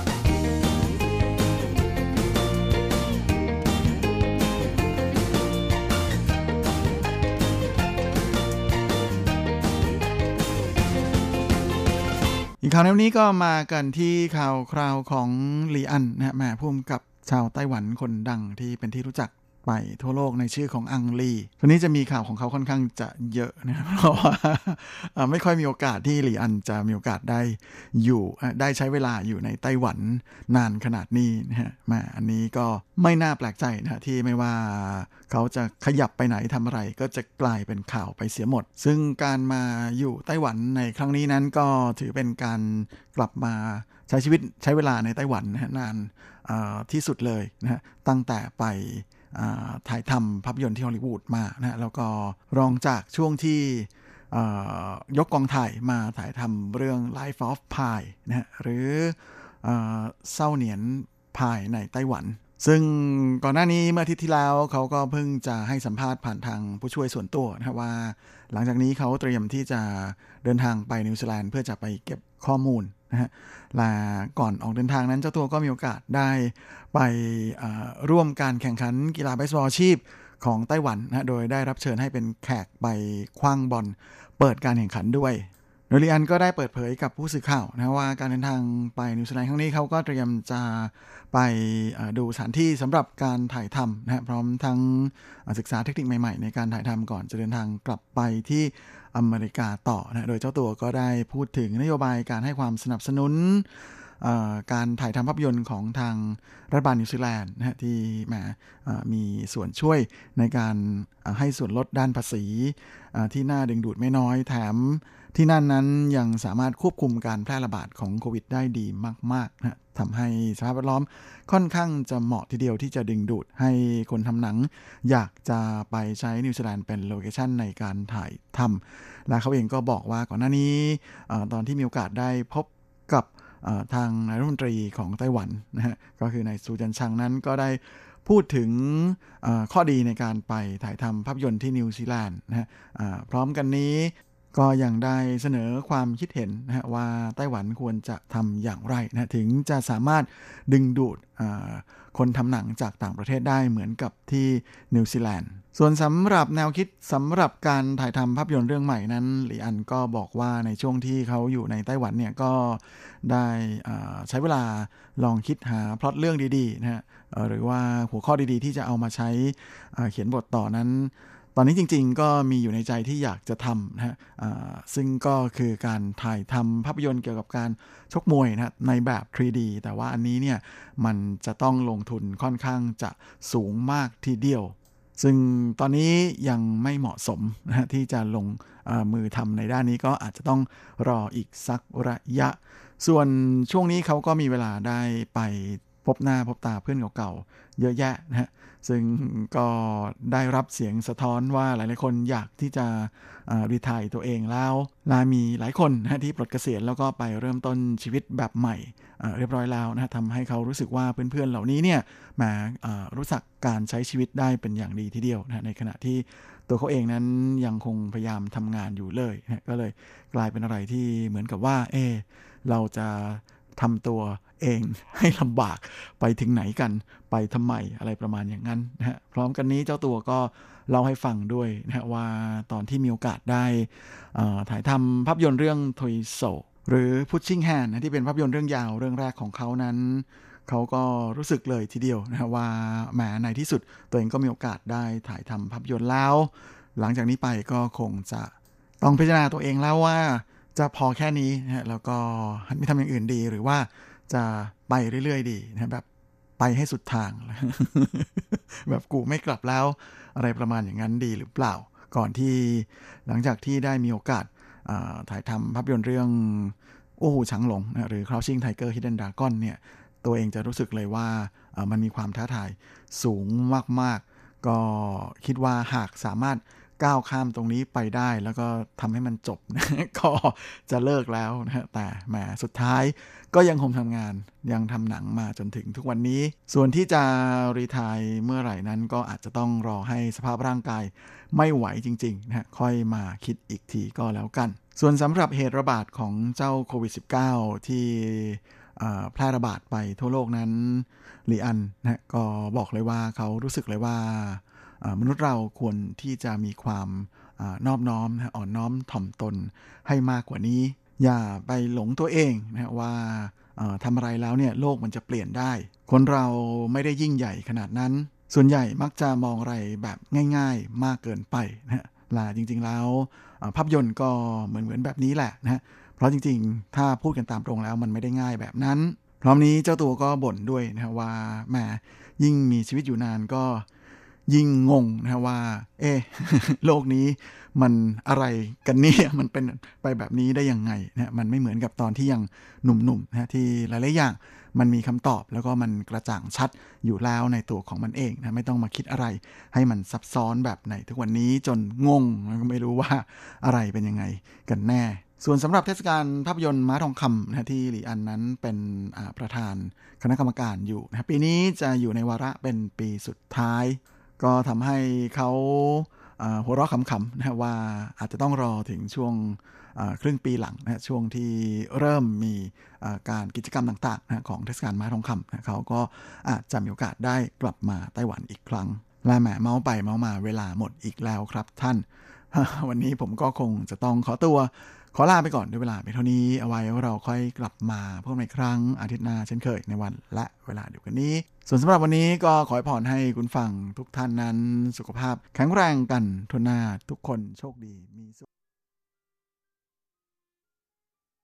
อีกข่าวในวันนี้ก็มากันที่ข่าวคราวของหลีอันนะฮะแม่ผู้กำกับชาวไต้หวันคนดังที่เป็นที่รู้จักไปทั่วโลกในชื่อของอังลีทีนี้จะมีข่าวของเขาค่อนข้างจะเยอะนะเพราะว่าไม่ค่อยมีโอกาสที่หลี่อันจะมีโอกาสได้อยู่ได้ใช้เวลาอยู่ในไต้หวันนานขนาดนี้นะฮะมาอันนี้ก็ไม่น่าแปลกใจนะที่ไม่ว่าเขาจะขยับไปไหนทำอะไรก็จะกลายเป็นข่าวไปเสียหมดซึ่งการมาอยู่ไต้หวันในครั้งนี้นั้นก็ถือเป็นการกลับมาใช้ชีวิตใช้เวลาในไต้หวันนะนานที่สุดเลยนะฮะตั้งแต่ไปถ่ายทำภาพยนตร์ที่ฮอลลีวูดมานะแล้วก็รองจากช่วงที่ยกกองถ่ายมาถ่ายทำเรื่อง Life of Pi นะฮะหรือเศร้าเหนียนพายในไต้หวันซึ่งก่อนหน้านี้เมื่ออาทิตย์ที่แล้วเขาก็เพิ่งจะให้สัมภาษณ์ผ่านทางผู้ช่วยส่วนตัวนะว่าหลังจากนี้เขาเตรียมที่จะเดินทางไปนิวซีแลนด์เพื่อจะไปเก็บข้อมูลนะฮะและก่อนออกเดินทางนั้นเจ้าตัวก็มีโอกาสได้ไปร่วมการแข่งขันกีฬาเบสบอลอาชีพของไต้หวันนะโดยได้รับเชิญให้เป็นแขกไปขว้างบอลเปิดการแข่งขันด้วยโดยลีอันก็ได้เปิดเผยกับผู้สื่อข่าวนะว่าการเดินทางไปนิวซีแลนด์ครั้งนี้เขาก็เตรียมจะไปดูสถานที่สำหรับการถ่ายทำนะพร้อมทั้งศึกษาเทคนิคใหม่ๆในการถ่ายทำก่อนจะเดินทางกลับไปที่อเมริกาต่อนะโดยเจ้าตัวก็ได้พูดถึงนโยบายการให้ความสนับสนุนการถ่ายทำภาพยนตร์ของทางรัฐบาลนิวซีแลนด์นะที่มามีส่วนช่วยในการให้ส่วนลดด้านภาษีที่น่าดึงดูดไม่น้อยแถมที่นั่นนั้นยังสามารถควบคุมการแพร่ระบาดของโควิดได้ดีมากๆนะทำให้สภาพแวดล้อมค่อนข้างจะเหมาะทีเดียวที่จะดึงดูดให้คนทำหนังอยากจะไปใช้นิวซีแลนด์เป็นโลเคชั่นในการถ่ายทำและเขาเองก็บอกว่าก่อนหน้านี้ตอนที่มีโอกาสได้พบกับทางนายรัฐมนตรีของไต้หวันนะฮะก็คือนายซูจันชังนั้นก็ได้พูดถึงข้อดีในการไปถ่ายทำภาพยนตร์ที่นิวซีแลนด์นะฮะพร้อมกันนี้ก็ยังได้เสนอความคิดเห็นนะฮะว่าไต้หวันควรจะทำอย่างไรนะถึงจะสามารถดึงดูดคนทำหนังจากต่างประเทศได้เหมือนกับที่นิวซีแลนด์ส่วนสำหรับแนวคิดสำหรับการถ่ายทำภาพยนตร์เรื่องใหม่นั้นหลี่อันก็บอกว่าในช่วงที่เขาอยู่ในไต้หวันเนี่ยก็ได้ใช้เวลาลองคิดหาพล็อตเรื่องดีๆนะฮะหรือว่าหัวข้อดีๆที่จะเอามาใช้เขียนบทต่อนั้นตอนนี้จริงๆก็มีอยู่ในใจที่อยากจะทำนะฮะซึ่งก็คือการถ่ายทำภาพยนตร์เกี่ยวกับการชกมวยนะในแบบ ทรี ดี แต่ว่าอันนี้เนี่ยมันจะต้องลงทุนค่อนข้างจะสูงมากทีเดียวซึ่งตอนนี้ยังไม่เหมาะสมนะฮะที่จะลงมือทำในด้านนี้ก็อาจจะต้องรออีกสักระยะส่วนช่วงนี้เขาก็มีเวลาได้ไปพบหน้าพบตาเพื่อนเก่าๆเยอะแยะนะฮะซึ่งก็ได้รับเสียงสะท้อนว่าหลายๆคนอยากที่จะรีไทร์ตัวเองแล้วและมีหลายคนนะที่ปลดเกษียณแล้วก็ไปเริ่มต้นชีวิตแบบใหม่เรียบร้อยแล้วนะทำให้เขารู้สึกว่าเพื่อนๆเหล่านี้เนี่ยมารู้จักการใช้ชีวิตได้เป็นอย่างดีทีเดียวนะในขณะที่ตัวเขาเองนั้นยังคงพยายามทำงานอยู่เลยนะก็เลยกลายเป็นอะไรที่เหมือนกับว่าเออเราจะทำตัวเองให้ลำบากไปถึงไหนกันไปทำไมอะไรประมาณอย่างนั้นนะฮะพร้อมกันนี้เจ้าตัวก็เล่าให้ฟังด้วยนะฮะว่าตอนที่มีโอกาสได้ถ่ายทำภาพยนตร์เรื่อง Toy So หรือ Pushing Hand นะที่เป็นภาพยนตร์เรื่องยาวเรื่องแรกของเขานั้นเขาก็รู้สึกเลยทีเดียวนะฮะว่าแหมในที่สุดตัวเองก็มีโอกาสได้ถ่ายทำภาพยนตร์แล้วหลังจากนี้ไปก็คงจะต้องพิจารณาตัวเองแล้วว่าจะพอแค่นี้นะฮะแล้วก็หันไปทำอย่างอื่นดีหรือว่าจะไปเรื่อยๆดีนะแบบไปให้สุดทาง แบบกูไม่กลับแล้วอะไรประมาณอย่างนั้นดีหรือเปล่าก่อนที่หลังจากที่ได้มีโอกาสถ่ายทำภาพยนตร์เรื่องโอ้โหฉางหลงนะหรือ Crouching Tiger Hidden Dragon เนี่ยตัวเองจะรู้สึกเลยว่ามันมีความท้าทายสูงมากๆก็คิดว่าหากสามารถก้าวข้ามตรงนี้ไปได้แล้วก็ทำให้มันจบนะก็จะเลิกแล้วนะฮะแต่แหมสุดท้ายก็ยังคงทำงานยังทำหนังมาจนถึงทุกวันนี้ส่วนที่จะรีไทร์เมื่อไหร่นั้นก็อาจจะต้องรอให้สภาพร่างกายไม่ไหวจริงๆนะฮะค่อยมาคิดอีกทีก็แล้วกันส่วนสำหรับเหตุระบาดของเจ้าโควิด สิบเก้า ที่แพร่ระบาดไปทั่วโลกนั้นหลี่อันนะก็บอกเลยว่าเขารู้สึกเลยว่ามนุษย์เราควรที่จะมีความนอบน้อมอ่อนน้อมถ่อมตนให้มากกว่านี้อย่าไปหลงตัวเองนะว่าทำอะไรแล้วเนี่ยโลกมันจะเปลี่ยนได้คนเราไม่ได้ยิ่งใหญ่ขนาดนั้นส่วนใหญ่มักจะมองอะไรแบบง่ายๆมากเกินไปนะฮะและจริงๆแล้วภาพยนตร์ก็เหมือนๆแบบนี้แหละนะฮะเพราะจริงๆถ้าพูดกันตามตรงแล้วมันไม่ได้ง่ายแบบนั้นพร้อมนี้เจ้าตัวก็บ่นด้วยนะฮะว่าแหมยิ่งมีชีวิตอยู่นานก็ยิ่งงงนะฮะว่าเอ๊ะ โลกนี้มันอะไรกันเนี่ยมันเป็นไปแบบนี้ได้ยังไงนะมันไม่เหมือนกับตอนที่ยังหนุ่มๆนะที่หลายๆอย่างมันมีคำตอบแล้วก็มันกระจ่างชัดอยู่แล้วในตัวของมันเองนะไม่ต้องมาคิดอะไรให้มันซับซ้อนแบบในทุกวันนี้จนงงก็ไม่รู้ว่าอะไรเป็นยังไงกันแน่ส่วนสำหรับเทศกาลภาพยนตร์ม้าทองคำนะที่หลีอันนั้นเป็นประธานคณะกรรมการอยู่นะปีนี้จะอยู่ในวาระเป็นปีสุดท้ายก็ทำให้เขาหัวเราะขำๆนะว่าอาจจะต้องรอถึงช่วงครึ่งปีหลังนะช่วงที่เริ่มมีการกิจกรรมต่างๆนะของเทศกาลม้าทองคำนะเขาก็อาจจะมีโอกาสได้กลับมาไต้หวันอีกครั้งและแหมเมาไปเมามาเวลาหมดอีกแล้วครับท่าน วันนี้ผมก็คงจะต้องขอตัวขอลาไปก่อนด้วยเวลาไปเท่านี้เอาไว้เราค่อยกลับมาพบกันอีกครั้งอาทิตย์หน้าเช่นเคยในวันและเวลาเดียวกันนี้ส่วนสำหรับวันนี้ก็ขอให้พรให้คุณฟังทุกท่านนั้นสุขภาพแข็งแรงกันทั่วหน้าทุกคนโชคดีมี